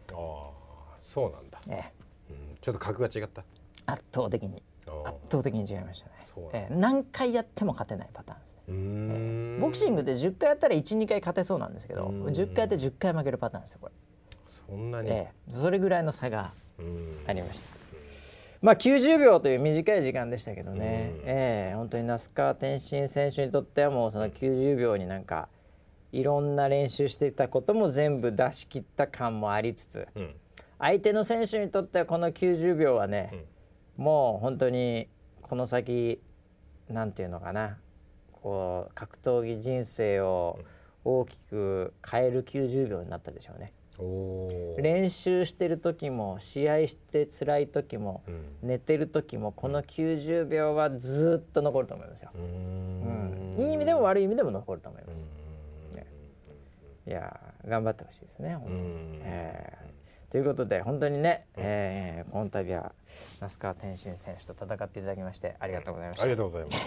そうなんだ。ちょっと格が違った。 圧倒的に違いましたね。何回やっても勝てないパターンですね。ボクシングで10回やったら 1,2 回勝てそうなんですけど、10回やって10回負けるパターンですよこれ。 そんなに、 それぐらいの差がありました。まあ90秒という短い時間でしたけどね、本当に那須川天心選手にとってはもうその90秒になんかいろんな練習していたことも全部出し切った感もありつつ、相手の選手にとってはこの90秒はね、もう本当にこの先なんていうのかな、こう格闘技人生を大きく変える90秒になったでしょうね。練習してる時も試合して辛い時も、寝てる時もこの90秒はずっと残ると思いますよ。いい意味でも悪い意味でも残ると思います。いや頑張ってほしいですね本当に。ということで本当にね、この度は那須川天心選手と戦っていただきましてありがとうございました。 ありがとうございます。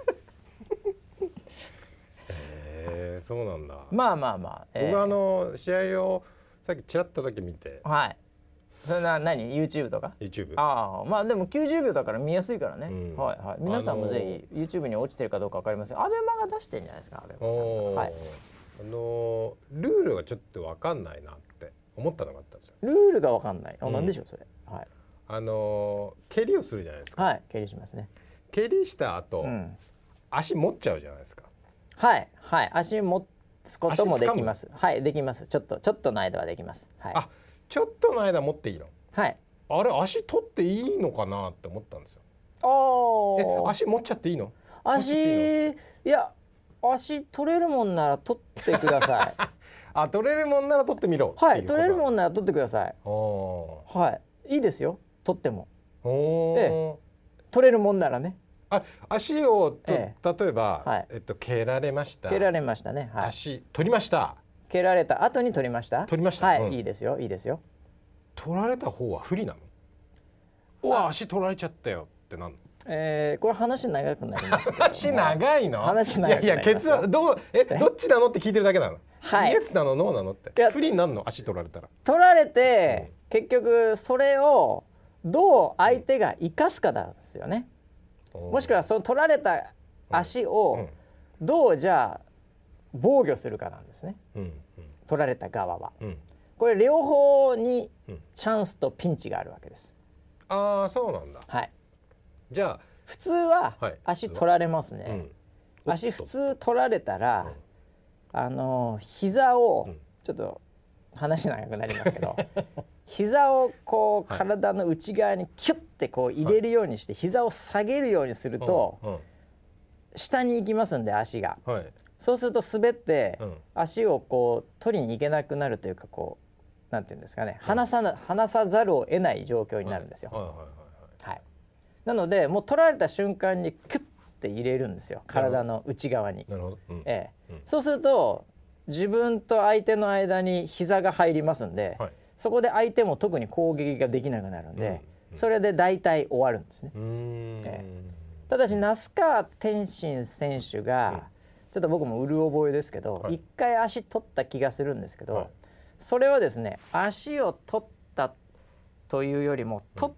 そうなんだ。 まあ、 僕試合をさっきちらっとだけ見て。 それは何 YouTube とか YouTube。 まあでも90秒だから見やすいからね。皆さんもぜひ YouTube に落ちてるかどうか分かりません。アベマが出してるんじゃないですか、アベマさんが。 ルールがちょっと分かんないなって思ったのがあったんですよ。 ルールが分かんない。なんでしょうそれ。 蹴りをするじゃないですか。 蹴りしますね。 蹴りした後、足持っちゃうじゃないですか。 はいはい、足持つこともできます。はい、できます。ちょっとの間はできます。はい。 あ、ちょっとの間持っていいの？ はい。 あれ足取っていいのかなって思ったんですよ。足持っちゃっていいの？ いや、足取れるもんなら取ってください。 あ、取れるもんなら取ってみろ。 はい、取れるもんなら取ってください。はい、いいですよ、取っても。取れるもんならね。 足を例えば、蹴られました。 蹴られましたね。はい、 足取りました。 蹴られた後に取りました。 取りました。 はい、いいですよ、いいですよ。 取られた方は不利なの？うわ、足取られちゃったよってなんの？ これ話長くなりますけど。 話長いの？ 話長くなります。 いや結論どっちなのって聞いてるだけなの。 はい、 イエスなのノーなのって。不利になるの？足取られたら。 取られて、結局それをどう相手が生かすかなんですよね。もしくはその取られた足をどうじゃあ防御するかなんですね。取られた側は。これ両方にチャンスとピンチがあるわけです。 ああ、そうなんだ。 はい。 じゃあ普通は足取られますね。足普通取られたら、膝をちょっと話長くなりますけど、膝をこう体の内側にキュッてこう入れるようにして膝を下げるようにすると下に行きますんで、足が。そうすると滑って足をこう取りに行けなくなるというか、こうなんていうんですかね、離さざるを得ない状況になるんですよ。はい。なのでもう取られた瞬間にキュッて入れるんですよ、体の内側に。そうすると自分と相手の間に膝が入りますんで、そこで相手も特に攻撃ができなくなるんで、それで大体終わるんですね。ただし那須川天心選手が、ちょっと僕もうる覚えですけど、一回足取った気がするんですけど、それはですね、足を取ったというよりも取って、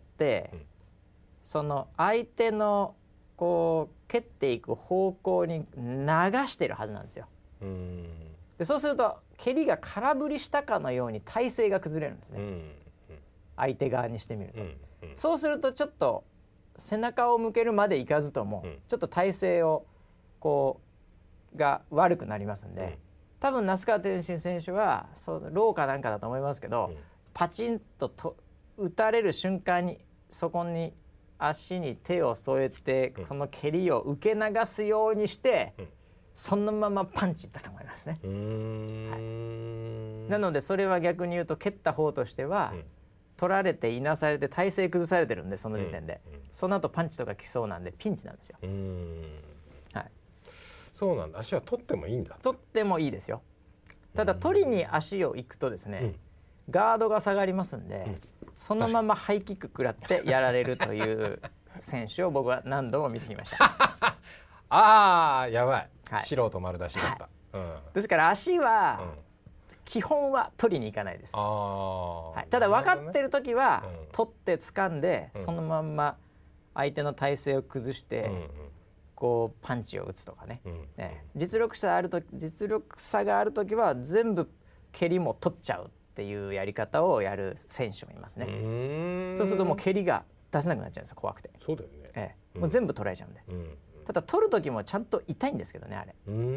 その相手のこう蹴っていく方向に流してるはずなんですよ。でそうすると蹴りが空振りしたかのように体勢が崩れるんですね。相手側にしてみると。そうするとちょっと背中を向けるまでいかずとも、ちょっと体勢をこうが悪くなりますんで、多分那須川天心選手はローかなんかだと思いますけど、パチンと打たれる瞬間にそこに足に手を添えて、この蹴りを受け流すようにして、そのままパンチだと思いますね。なのでそれは逆に言うと蹴った方としては、取られていなされて体勢崩されてるんで、その時点で、その後パンチとか来そうなんでピンチなんですよ。はい。 そうなんだ。足は取ってもいいんだ。 取ってもいいですよ。ただ取りに足を行くとですね、ガードが下がりますんで、そのままハイキック食らってやられるという選手を僕は何度も見てきました。 ああ、やばい。素人丸出しだった。 ですから足は基本は取りに行かないです。ただ分かってる時は取って掴んで、そのまんま相手の体勢を崩してこうパンチを打つとかね。実力差がある時は全部蹴りも取っちゃうっていうやり方をやる選手もいますね。そうするともう蹴りが出せなくなっちゃうんですよ、怖くて。 そうだよね。 もう全部取られちゃうんで。ただ取る時もちゃんと痛いんですけどね、あれ。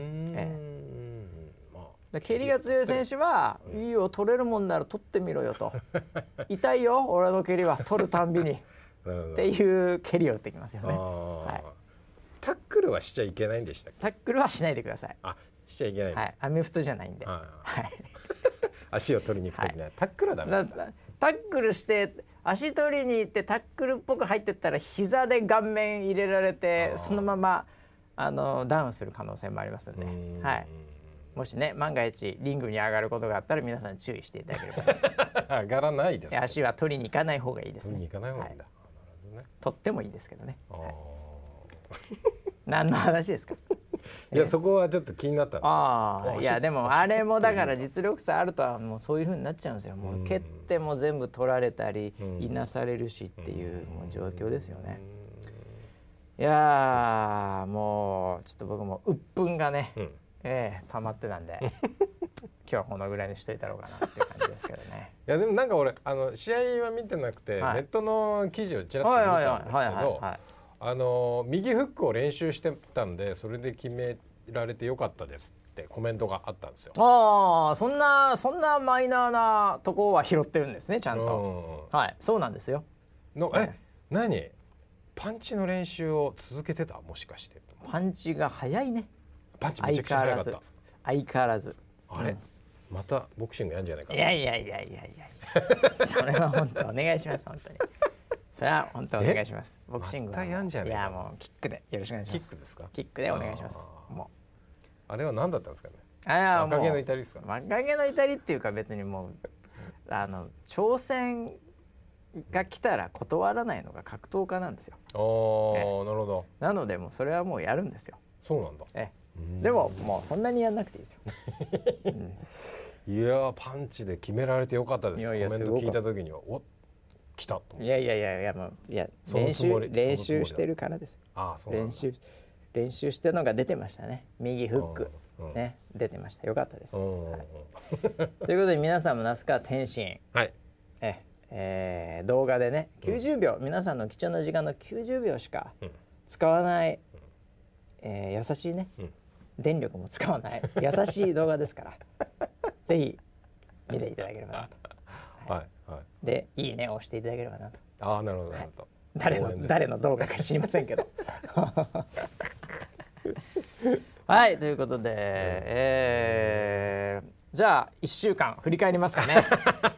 蹴りが強い選手はいいよ、取れるもんなら取ってみろよと。痛いよ俺の蹴りは取るたんびにっていう蹴りを打ってきますよね。 タックルはしちゃいけないんでしたっけ？ タックルはしないでください。 しちゃいけない。 はい、アメフトじゃないんで。 足を取りに行くときにタックルはダメなんだ。 タックルして足取りに行ってタックルっぽく入ってったら膝で顔面入れられて、そのままダウンする可能性もありますので、はい、もしね万が一リングに上がることがあったら皆さん注意していただければ。 上がらないです。 足は取りに行かない方がいいですね。 取りに行かない方がいいんだ。 取ってもいいですけどね。何の話ですか？ いや、そこはちょっと気になったんです。 いやでもあれもだから実力差あるとはもうそういう風になっちゃうんですよ。もう蹴っても全部取られたりいなされるしっていうもう状況ですよね。いやもうちょっと僕も鬱憤がね、溜まってたんで今日はこのぐらいにしといたろうかなっていう感じですけどね。 いやでもなんか俺試合は見てなくて、ネットの記事をちらっと見たんですけど、右フックを練習してたんでそれで決められてよかったですってコメントがあったんですよ。 ああ、そんなマイナーなとこは拾ってるんですね、ちゃんと。はい、そうなんですよ。 何パンチの練習を続けてた、もしかして。 パンチが早いね。 パンチめちゃくちゃ早かった。 相変わらず。 あれ、またボクシングやんじゃないかな。 いやそれは本当お願いします。本当にそれは本当お願いします。ボクシングはやんじゃないかな。いや、もうキックでよろしくお願いします。 キックですか。 キックでお願いします。もうあれは何だったんですかね。 あれはもう若気の至りですか。 若気の至りっていうか、別にもう挑戦が来たら断らないのが格闘家なんですよ。 なるほど。 なのでもうそれはもうやるんですよ。 そうなんだ。 でももうそんなにやんなくていいですよ。 いや、パンチで決められてよかったです。コメント聞いた時には来たと。 いやもう練習してるからですよ。練習してるのが出てましたね。右フックね、出てました。よかったです。ということで皆さんも那須川天心、動画でね90秒、皆さんの貴重な時間の90秒しか使わない、優しいね、電力も使わない優しい動画ですからぜひ見ていただければなと。で、いいねを押していただければなと。 なるほど。 誰の動画か知りませんけどはい、ということで、じゃあ1週間振り返りますかね。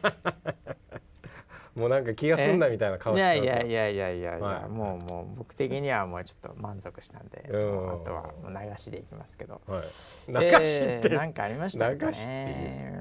もうなんか気が済んだみたいな顔してます。 いや、もう僕的にはもうちょっと満足したんで、あとはもう流しでいきますけど、 流しってなんかありましたかね。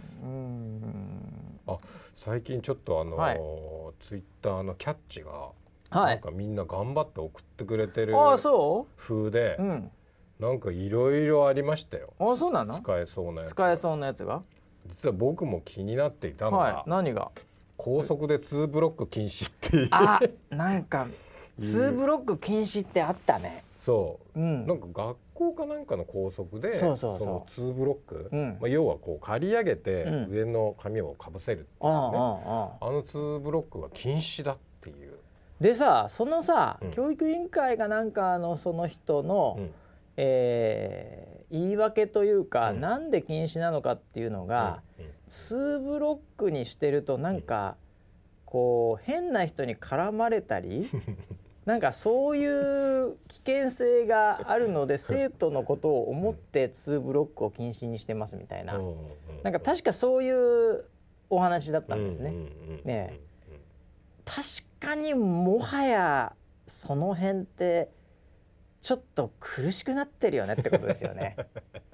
最近ちょっとツイッターのキャッチがなんかみんな頑張って送ってくれてる風で、なんかいろいろありましたよ。 そうなの？ 使えそうなやつが。 実は僕も気になっていたのが、 何が？ 高速で2ブロック禁止っていう。 なんか2ブロック禁止ってあったね。 そう、なんか学校かなんかの校則でその2ブロック、要はこう刈り上げて上の紙をかぶせるっていうね、2ブロックは禁止だっていう。 でさ、そのさ、教育委員会がなんかその人の、言い訳というか、なんで禁止なのかっていうのが、2ブロックにしてるとなんかこう変な人に絡まれたりなんかそういう危険性があるので生徒のことを思って2ブロックを禁止にしてますみたいな、なんか確かそういうお話だったんですね。ね、確かにもはやその辺ってちょっと苦しくなってるよねってことですよね。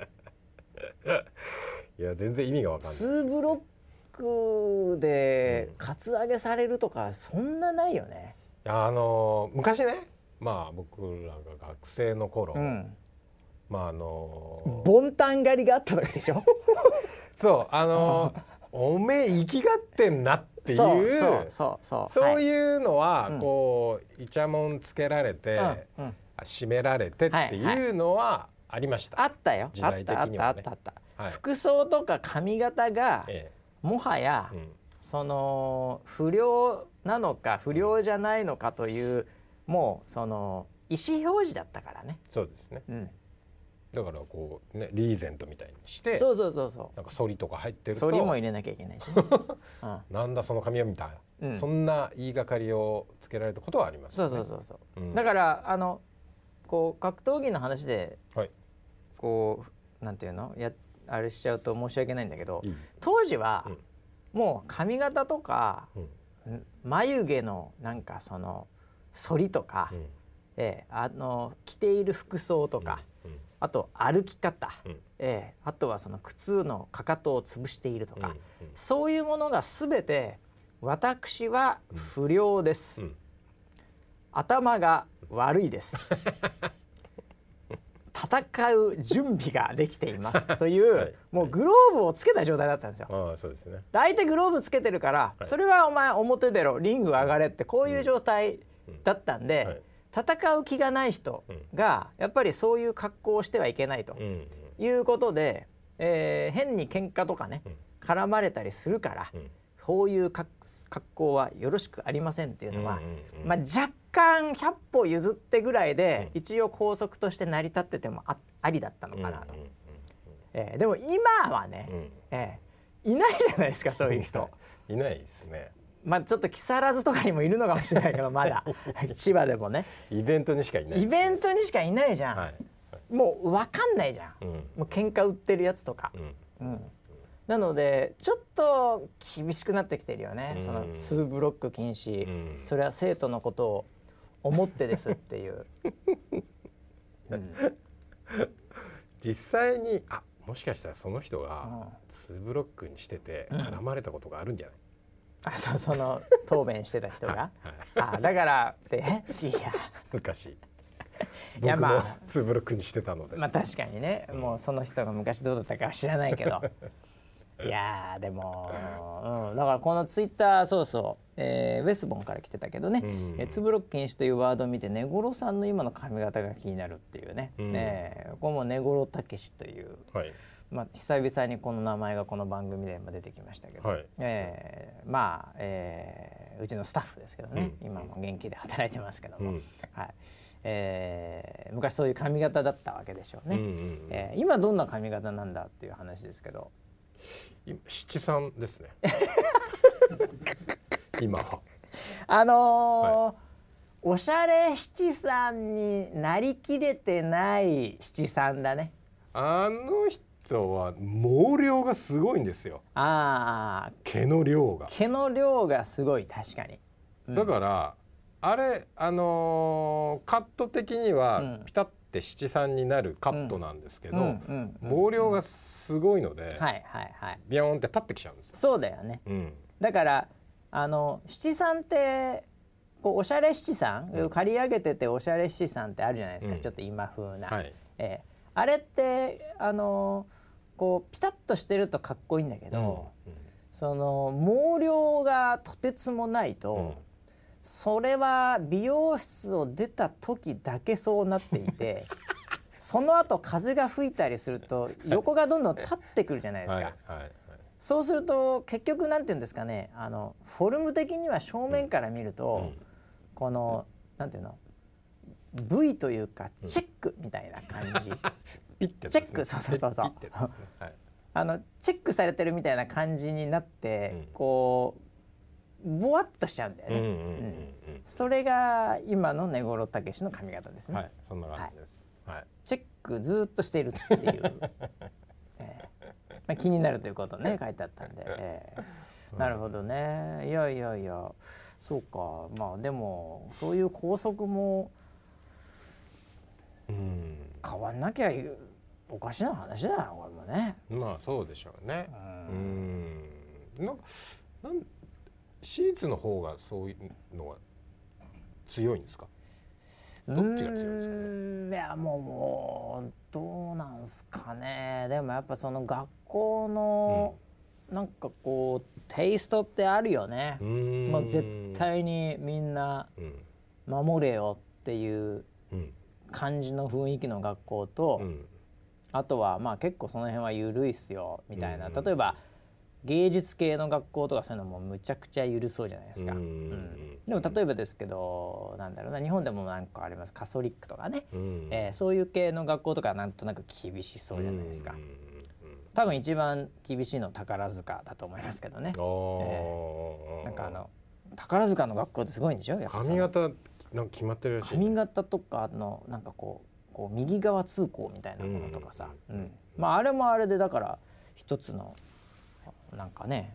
いや、全然意味が分かんない。 2ブロックでカツアゲされるとかそんなないよね。 昔ね、僕らが学生の頃、 ボンタン狩りがあったわけでしょ。 そう、おめえ生きがってんなっていう、そういうのはこうイチャモンつけられて、締められてっていうのはありました。 あったよ。 時代的にはね。 あった。服装とか髪型がもはやその不良なのか不良じゃないのかというもうその意思表示だったからね。 そうですね。だからこうね、リーゼントみたいにして、 そうなんか反りとか入ってると、 反りも入れなきゃいけないし、 なんだその髪はみたいな、そんな言いがかりをつけられたことはありますね。 そう、だからこう格闘技の話で、こうなんていうのあれしちゃうと申し訳ないんだけど、当時はもう髪型とか、眉毛のなんかその反りとか、着ている服装とか、あと歩き方、あとはその靴のかかとを潰しているとか、そういうものが全て私は不良です、頭が悪いです戦う準備ができていますという、もうグローブをつけた状態だったんですよ。 そうですね。 大体グローブつけてるから、それはお前表出ろ、リング上がれってこういう状態だったんで、戦う気がない人がやっぱりそういう格好をしてはいけないということで、変に喧嘩とかね絡まれたりするから、そういう格好はよろしくありませんっていうのは、若干100歩譲ってぐらいで、一応校則として成り立っててもありだったのかなと。でも今はね、いないじゃないですか、そういう人。 いないですね。 まあちょっと木更津とかにもいるのかもしれないけど、まだ千葉でもね、 イベントにしかいない。 イベントにしかいないじゃん、はい、もう分かんないじゃん、もう喧嘩売ってるやつとか、なのでちょっと厳しくなってきてるよね、その2ブロック禁止、それは生徒のことを思ってですっていう、 実際にもしかしたらその人が2ブロックにしてて絡まれたことがあるんじゃない？ その答弁してた人がだからっていや昔僕も2ブロックにしてたので、 まあ確かにね、もうその人が昔どうだったかは知らないけどいやでも、だからこのツイッターウェスボンから来てたけどね、2ブロック禁止というワードを見て根室さんの今の髪型が気になるっていうね、これも根室たけしという、まあ、久々にこの名前がこの番組でも出てきましたけど、まあ、うちのスタッフですけどね、今も元気で働いてますけども、昔そういう髪型だったわけでしょうね。今どんな髪型なんだっていう話ですけど、 七三ですね今はおしゃれ七三になりきれてない七三だね。 あの人は毛量がすごいんですよ。毛の量がすごい、確かに、 だからあれカット的にはピタッて七三になるカットなんですけど、毛量がすごいのでビヨーンって立ってきちゃうんですよ。 そうだよね、だから七三ってこうおしゃれ七三、刈り上げてておしゃれ七三ってあるじゃないですか、ちょっと今風な、あれってこうピタッとしてるとかっこいいんだけど、その毛量がとてつもないと、それは美容室を出た時だけそうなっていてその後風が吹いたりすると横がどんどん立ってくるじゃないですか。そうすると結局なんて言うんですかね、フォルム的には正面から見ると、このなんていうの V というかチェックみたいな感じチェック、そうチェックされてるみたいな感じになって、こうボワッとしちゃうんだよね。それが今の根室たけしの髪型ですね。 そんな感じです。 チェックずっとしているっていう、まあ、気になるということね書いてあったんで、なるほどね。いやそうか。まあでもそういう校則も変わんなきゃおかしな話だよこれもね。 まあそうでしょうね。なん私立の方がそういうのは強いんですか？どっちが強いんですかね。 いやもうどうなんすかね。でもやっぱその学校の、なんかこうテイストってあるよね。もう絶対にみんな守れよっていう感じの雰囲気の学校と、あとはまあ結構その辺は緩いっすよみたいな、例えば芸術系の学校とかそういうのもむちゃくちゃ緩そうじゃないですか。でも例えばですけど、なんだろうな、日本でもなんかあります、カソリックとかね、そういう系の学校とかはなんとなく厳しそうじゃないですか。多分一番厳しいのは宝塚だと思いますけどね。なんか宝塚の学校ってすごいんでしょ。 髪型なんか決まってるらしい、ね、 髪型とかのなんかこう右側通行みたいなものとかさ、まああれもあれでだから一つのなんかね、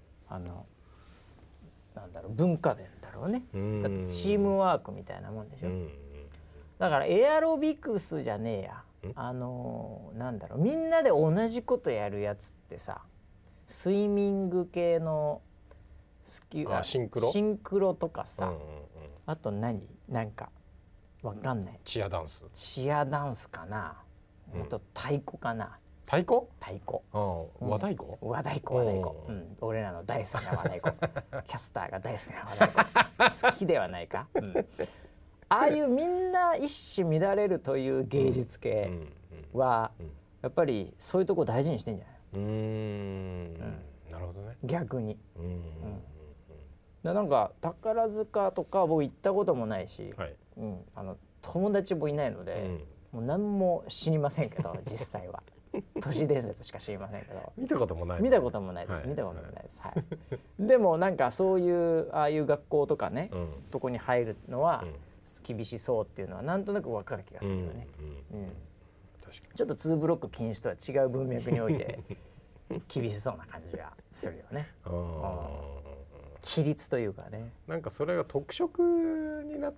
なんだろう、文化伝だろうね。だってチームワークみたいなもんでしょ。だからエアロビクスじゃねえや、なんだろう、みんなで同じことやるやつってさ、スイミング系のシンクロとかさ、あとなんかわかんない、 チアダンスかな、あと太鼓かな。 太鼓、 和太鼓、俺らの大好きな和太鼓キャスターが大好きな和太鼓好きではないか、ああいうみんな一糸乱れるという芸術系はやっぱりそういうとこ大事にしてんじゃない？ なるほどね。 逆に、 なんか宝塚とか僕行ったこともないし、 はい、 友達もいないので、もう何も知りませんけど実際は都市伝説しか知りませんけど見たこともない、 見たこともないです、見たこともないです、はい、でもなんかそういうああいう学校とかね、とこに入るのは厳しそうっていうのはなんとなく分かる気がするよね。ちょっと2ブロック禁止とは違う文脈において厳しそうな感じがするよね。規律というかね。 なんかそれが特色になって、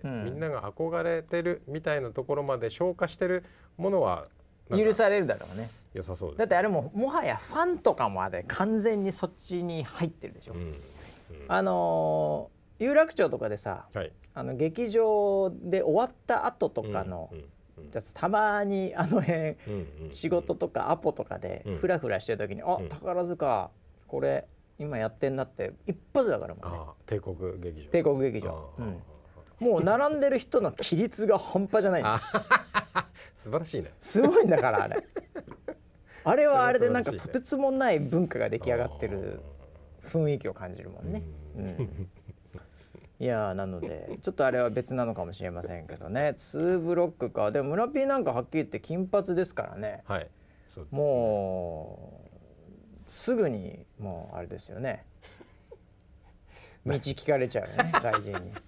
みんなが憧れてるみたいなところまで消化してるものは許されるだろうね。 良さそうです、ね。 だってあれもはやファンとかまで完全にそっちに入ってるでしょ。有楽町とかでさ、劇場で終わった後とかの、たまに辺、仕事とかアポとかでフラフラしてる時に、あ、宝塚これ今やってんなって一発だからもうね。 帝国劇場。 帝国劇場。もう並んでる人の規律が半端じゃない。 素晴らしいね。 すごいんだからあれ。あれはあれでなんかとてつもない文化が出来上がってる雰囲気を感じるもんね。いやなのでちょっとあれは別なのかもしれませんけどね。2ブロックか。でも村 P なんかはっきり言って金髪ですからね。 はい。そうですね。 もうすぐにもうあれですよね。道聞かれちゃうよね外人に。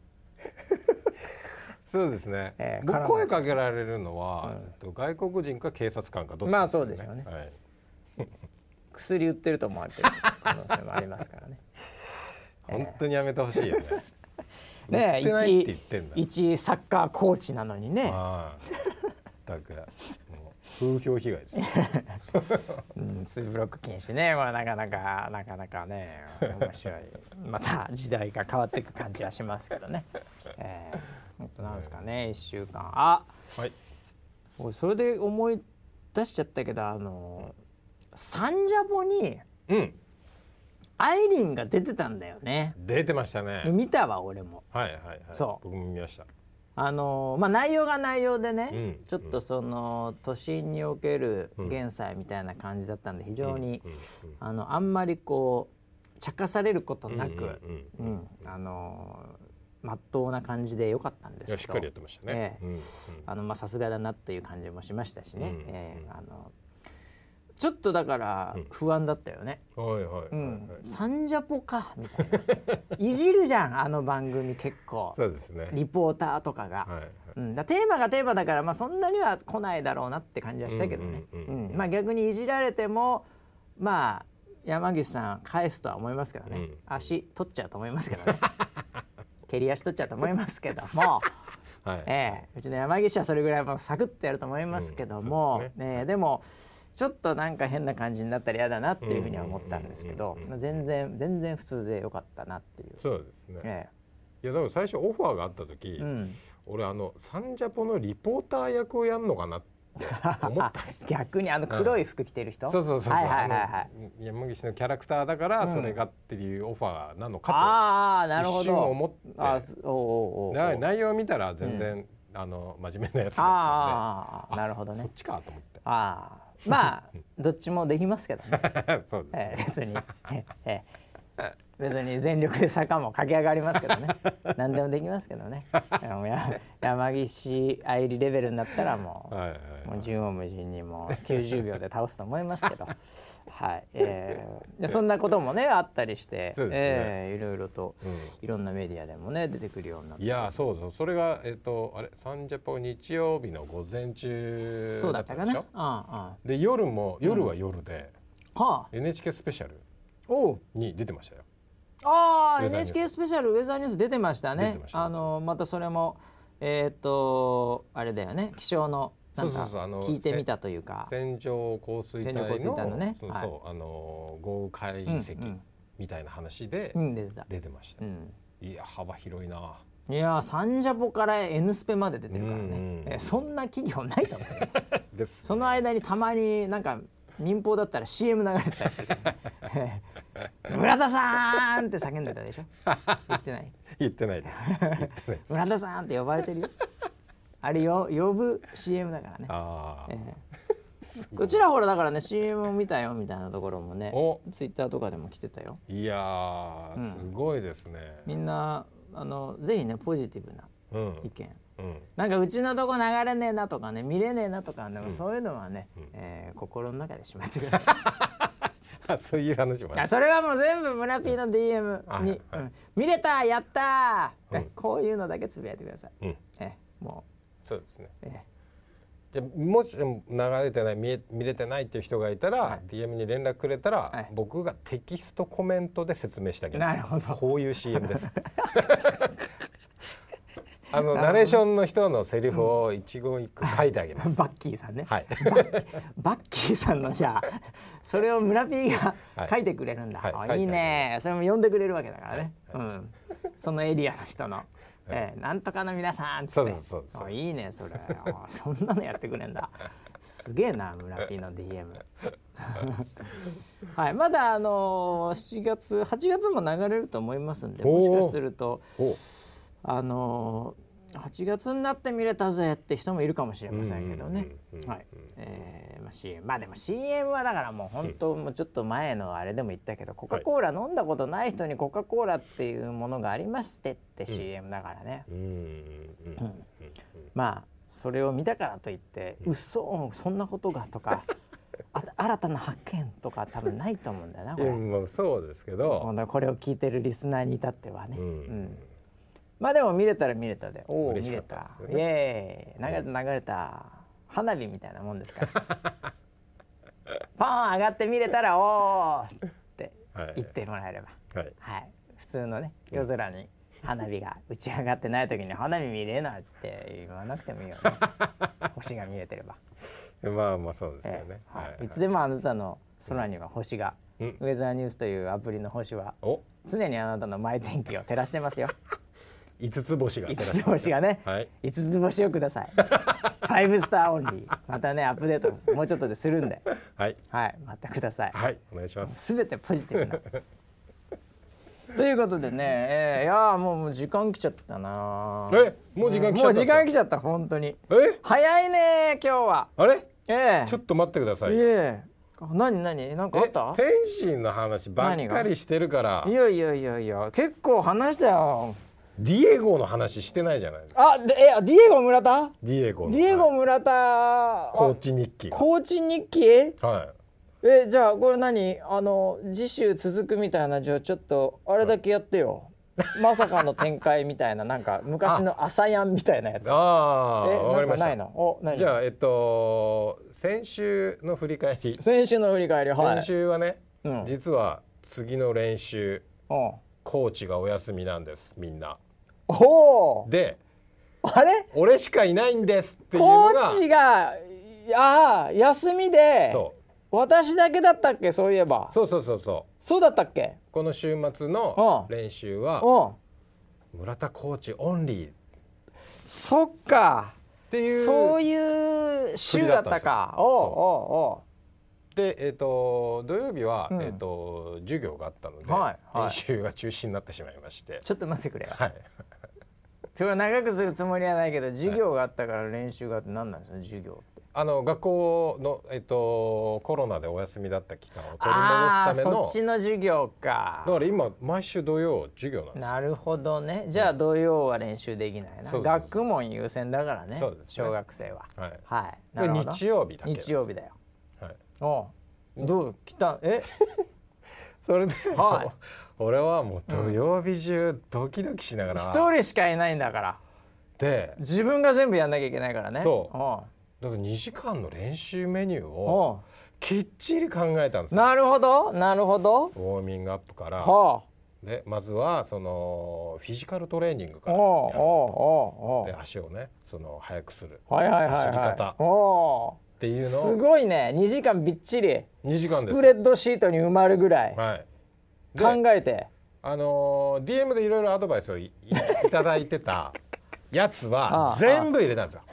そうですね。僕声かけられるのは、外国人か警察官かどっちかですね。 まあそうですよね。薬売ってると思われてる可能性もありますからね。 本当にやめてほしいよね。 ねえ、一サッカーコーチなのにね。 だから風評被害です。 2ブロック禁止ね。まあなかなかね面白い。また時代が変わっていく感じはしますけどね。本当なんですかね、1週間。はい。俺それで思い出しちゃったけどサンジャポに。アイリンが出てたんだよね。 出てましたね。 見たわ俺も。 そう。僕も見ました。 内容が内容でね、ちょっとその都心における現在みたいな感じだったんで非常にあんまりこう茶化されることなくまっとうな感じで良かったんですけど。 しっかりやってましたね。 さすがだなっていう感じもしましたしね。ちょっとだから不安だったよね。サンジャポかみたいな。いじるじゃんあの番組結構。 そうですね。 リポーターとかが。テーマがテーマだからそんなには来ないだろうなって感じはしたけどね。逆にいじられても山岸さん返すとは思いますけどね。足取っちゃうと思いますけどね。蹴り足取っちゃうと思いますけども。うちの山岸はそれぐらいサクッとやると思いますけども、でもちょっとなんか変な感じになったら嫌だなっていうふうには思ったんですけど、全然普通でよかったなっていう。 そうですね。いやでも最初オファーがあった時、俺サンジャポのリポーター役をやるのかなって思ったんです。 逆に黒い服着てる人。 そう山岸のキャラクターだからそれがっていうオファーなのかと一瞬思って、内容を見たら全然真面目なやつだったんで、 なるほどね。 そっちかと思って。 どっちもできますけどね。 そうです別に全力で坂も駆け上がりますけどね。何でもできますけどね。山岸愛理レベルになったらもう縦横無尽にもう90秒で倒すと思いますけど、そんなこともねあったりして、いろいろといろんなメディアでもね出てくるようになって。 いやそうそれがサンジャポ日曜日の午前中だったでしょ。で夜は夜で NHK スペシャルに出てましたよ。 NHK スペシャルウェザーニュース出てましたね。またそれもあれだよね、気象のなんか聞いてみたというか、 線状降水帯のね豪雨解析みたいな話で出てました。いや幅広いな。 いやサンジャポから N スペまで出てるからね。そんな企業ないと思うね。その間にたまになんか民放だったら CM 流れてたりするからね。村田さんって叫んでたでしょ。言ってない。 言ってないです。 村田さんって呼ばれてるよ。あれ呼ぶ CM だからね。 こちらほらだからね CM を見たよみたいなところもねツイッターとかでも来てたよ。 いやー、すごいですね。 みんなぜひねポジティブな意見、なんかうちのとこ流れねえなとかね見れねえなとか、ねそういうのはね、心の中でしまってください。 そういう話もある。 それはもう全部村 P の DM に、見れたやったー、こういうのだけつぶやいてください。もうそうですね。じゃもし流れてない見れてないっていう人がいたら、DM に連絡くれたら、僕がテキストコメントで説明してあげます。 なるほど。 こういう CM です。ナレーションの人のセリフを一言一句書いてあげます。 バッキーさんね。バッキーさんのじゃあそれを村 P が書いてくれるんだ。いいね。それも呼んでくれるわけだからね。そのエリアの人の。なんとかの皆さんっつって。いいねそれ。そんなのやってくれんだ。すげえな村 P の DM。はい、まだ8月も流れると思いますんで、もしかすると8月になって見れたぜって人もいるかもしれませんけどね。はい。CM でも CM はだからもう本当もうちょっと前のあれでも言ったけど、コカ・コーラ飲んだことない人にコカ・コーラっていうものがありましてって CM だからね。まあそれを見たからといって嘘そんなことがとか新たな発見とか多分ないと思うんだよな。 もうそうですけど、 これを聞いてるリスナーに至ってはね。まあでも見れたら見れたで、おお見れた、イエーイ流れた花火みたいなもんですからポーン上がって見れたらおーって言ってもらえれば、はい普通のね夜空に花火が打ち上がってない時に花火見れなって言わなくてもいいよね。星が見れてればまあそうですよね。 いつでもあなたの空には星が、ウェザーニュースというアプリの星は常にあなたの前天気を照らしてますよ。 5つ星が 5つ星がね、5つ星をください。5スターオンリー。またねアップデートもうちょっとでするんで、はいまたください。 はいお願いします。 すべてポジティブな。ということでね、いやもう時間来ちゃったな。 もう時間来ちゃった。 もう時間来ちゃった本当に。早いね今日は。 あれ？ちょっと待ってください。 何なんかあった？ 天心の話ばっかりしてるから。 いや結構話したよ。 ディエゴの話してないじゃないですか。ディエゴ村田？ ディエゴ村田コーチ日記。 コーチ日記？ はい。 じゃあこれ何次週続くみたいな、じゃあちょっとあれだけやってよ。まさかの展開みたいな、なんか昔の朝やんみたいなやつ。 わかりました。 ないの？ じゃあ先週の振り返り。 先週の振り返り。 先週はね、実は次の練習コーチがお休みなんですみんな。で、 あれ？ 俺しかいないんですっていうのが。 コーチが休みで。そう。私だけだったっけ、そういえば。そうだったっけ。 この週末の練習は村田コーチオンリー。 そっか。っていうそういう週だったか。 で土曜日は授業があったので練習が中止になってしまいまして。 ちょっと待ってくれよ。それは長くするつもりはないけど、授業があったから練習があって何なんですか授業って。 学校のコロナでお休みだった期間を取り戻すための。 そっちの授業か。 だから今毎週土曜授業なんです。 なるほどね。じゃあ土曜は練習できないな。学問優先だからね。小学生は。はい。 なるほど。日曜日だけ。 日曜日だよ。どう来た？ それで俺はもう土曜日中ドキドキしながら。 一人しかいないんだから。 で自分が全部やんなきゃいけないからね。 だから2時間の練習メニューをきっちり考えたんですよ。 なるほど。ウォーミングアップから、でまずはそのフィジカルトレーニングからで足をね速くする走り方っていうのをすごいね。2時間びっちり 2時間スプレッドシートに埋まるぐらい考えて、 DM でいろいろアドバイスをいただいてたやつは全部入れたんですよ。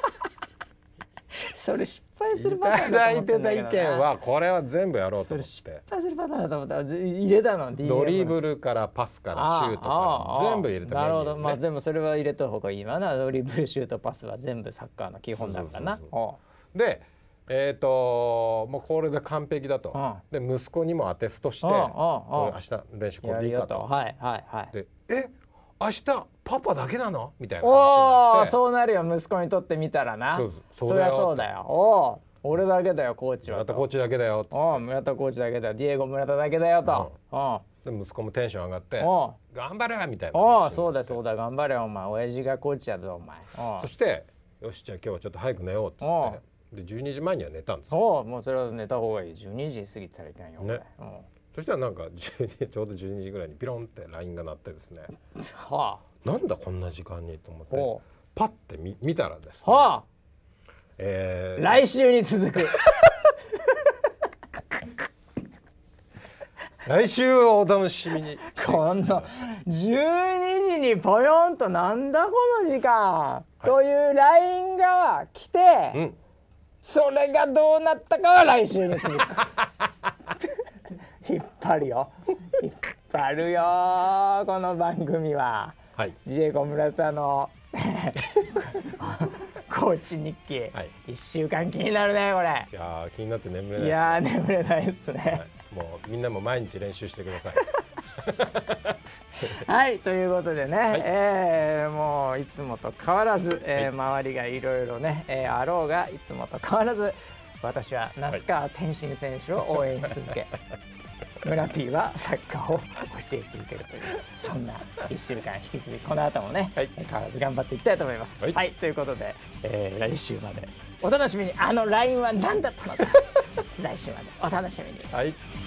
それ失敗するパターンだと思ったんだけどな。いただいてた意見はこれは全部やろうと思って。 失敗するパターンだと思ったら入れたの。 ドリブルからパスからシュートから全部入れた。 なるほど。まあでもそれは入れた方がいいわな。ドリブルシュートパスは全部サッカーの基本だからな。 でもうこれで完璧だと、で息子にもアテストして、明日練習これでいいかと。で明日パパだけなのみたいな話になって、 そうなるよ息子にとってみたらな。そりゃそうだよ。俺だけだよコーチは。 村田コーチだけだよ。 村田コーチだけだよ。ディエゴ村田だけだよと。 で息子もテンション上がって頑張れみたいな。 そうだ頑張れお前、親父がコーチやぞお前。 そしてよしじゃあ今日はちょっと早く寝ようっつってで12時前には寝たんですよ。 もうそれは寝た方がいい。12時過ぎてたらいかんよね。 そしたらなんかちょうど12時ぐらいにピロンって LINE が鳴ってですね、なんだこんな時間にと思ってパッて見たらですね、 来週に続く来週をお楽しみに。 この12時にポヨンとなんだこの時間、という LINE が来て、それがどうなったかは来週に続く引っ張るよこの番組は。ディエゴ村田のコーチ日記、1週間気になるねこれ。 いや気になって眠れない。 いや眠れないですね。 もうみんなも毎日練習してください。 はいということでね、もういつもと変わらず、周りがいろいろね、あろうがいつもと変わらず私は那須川天心選手を応援し続け、村 P はサッカーを教え続けるという、そんな1週間引き続きこの後もね、変わらず頑張っていきたいと思います。ということで、来週までお楽しみに。LINE は何だったのか来週までお楽しみに。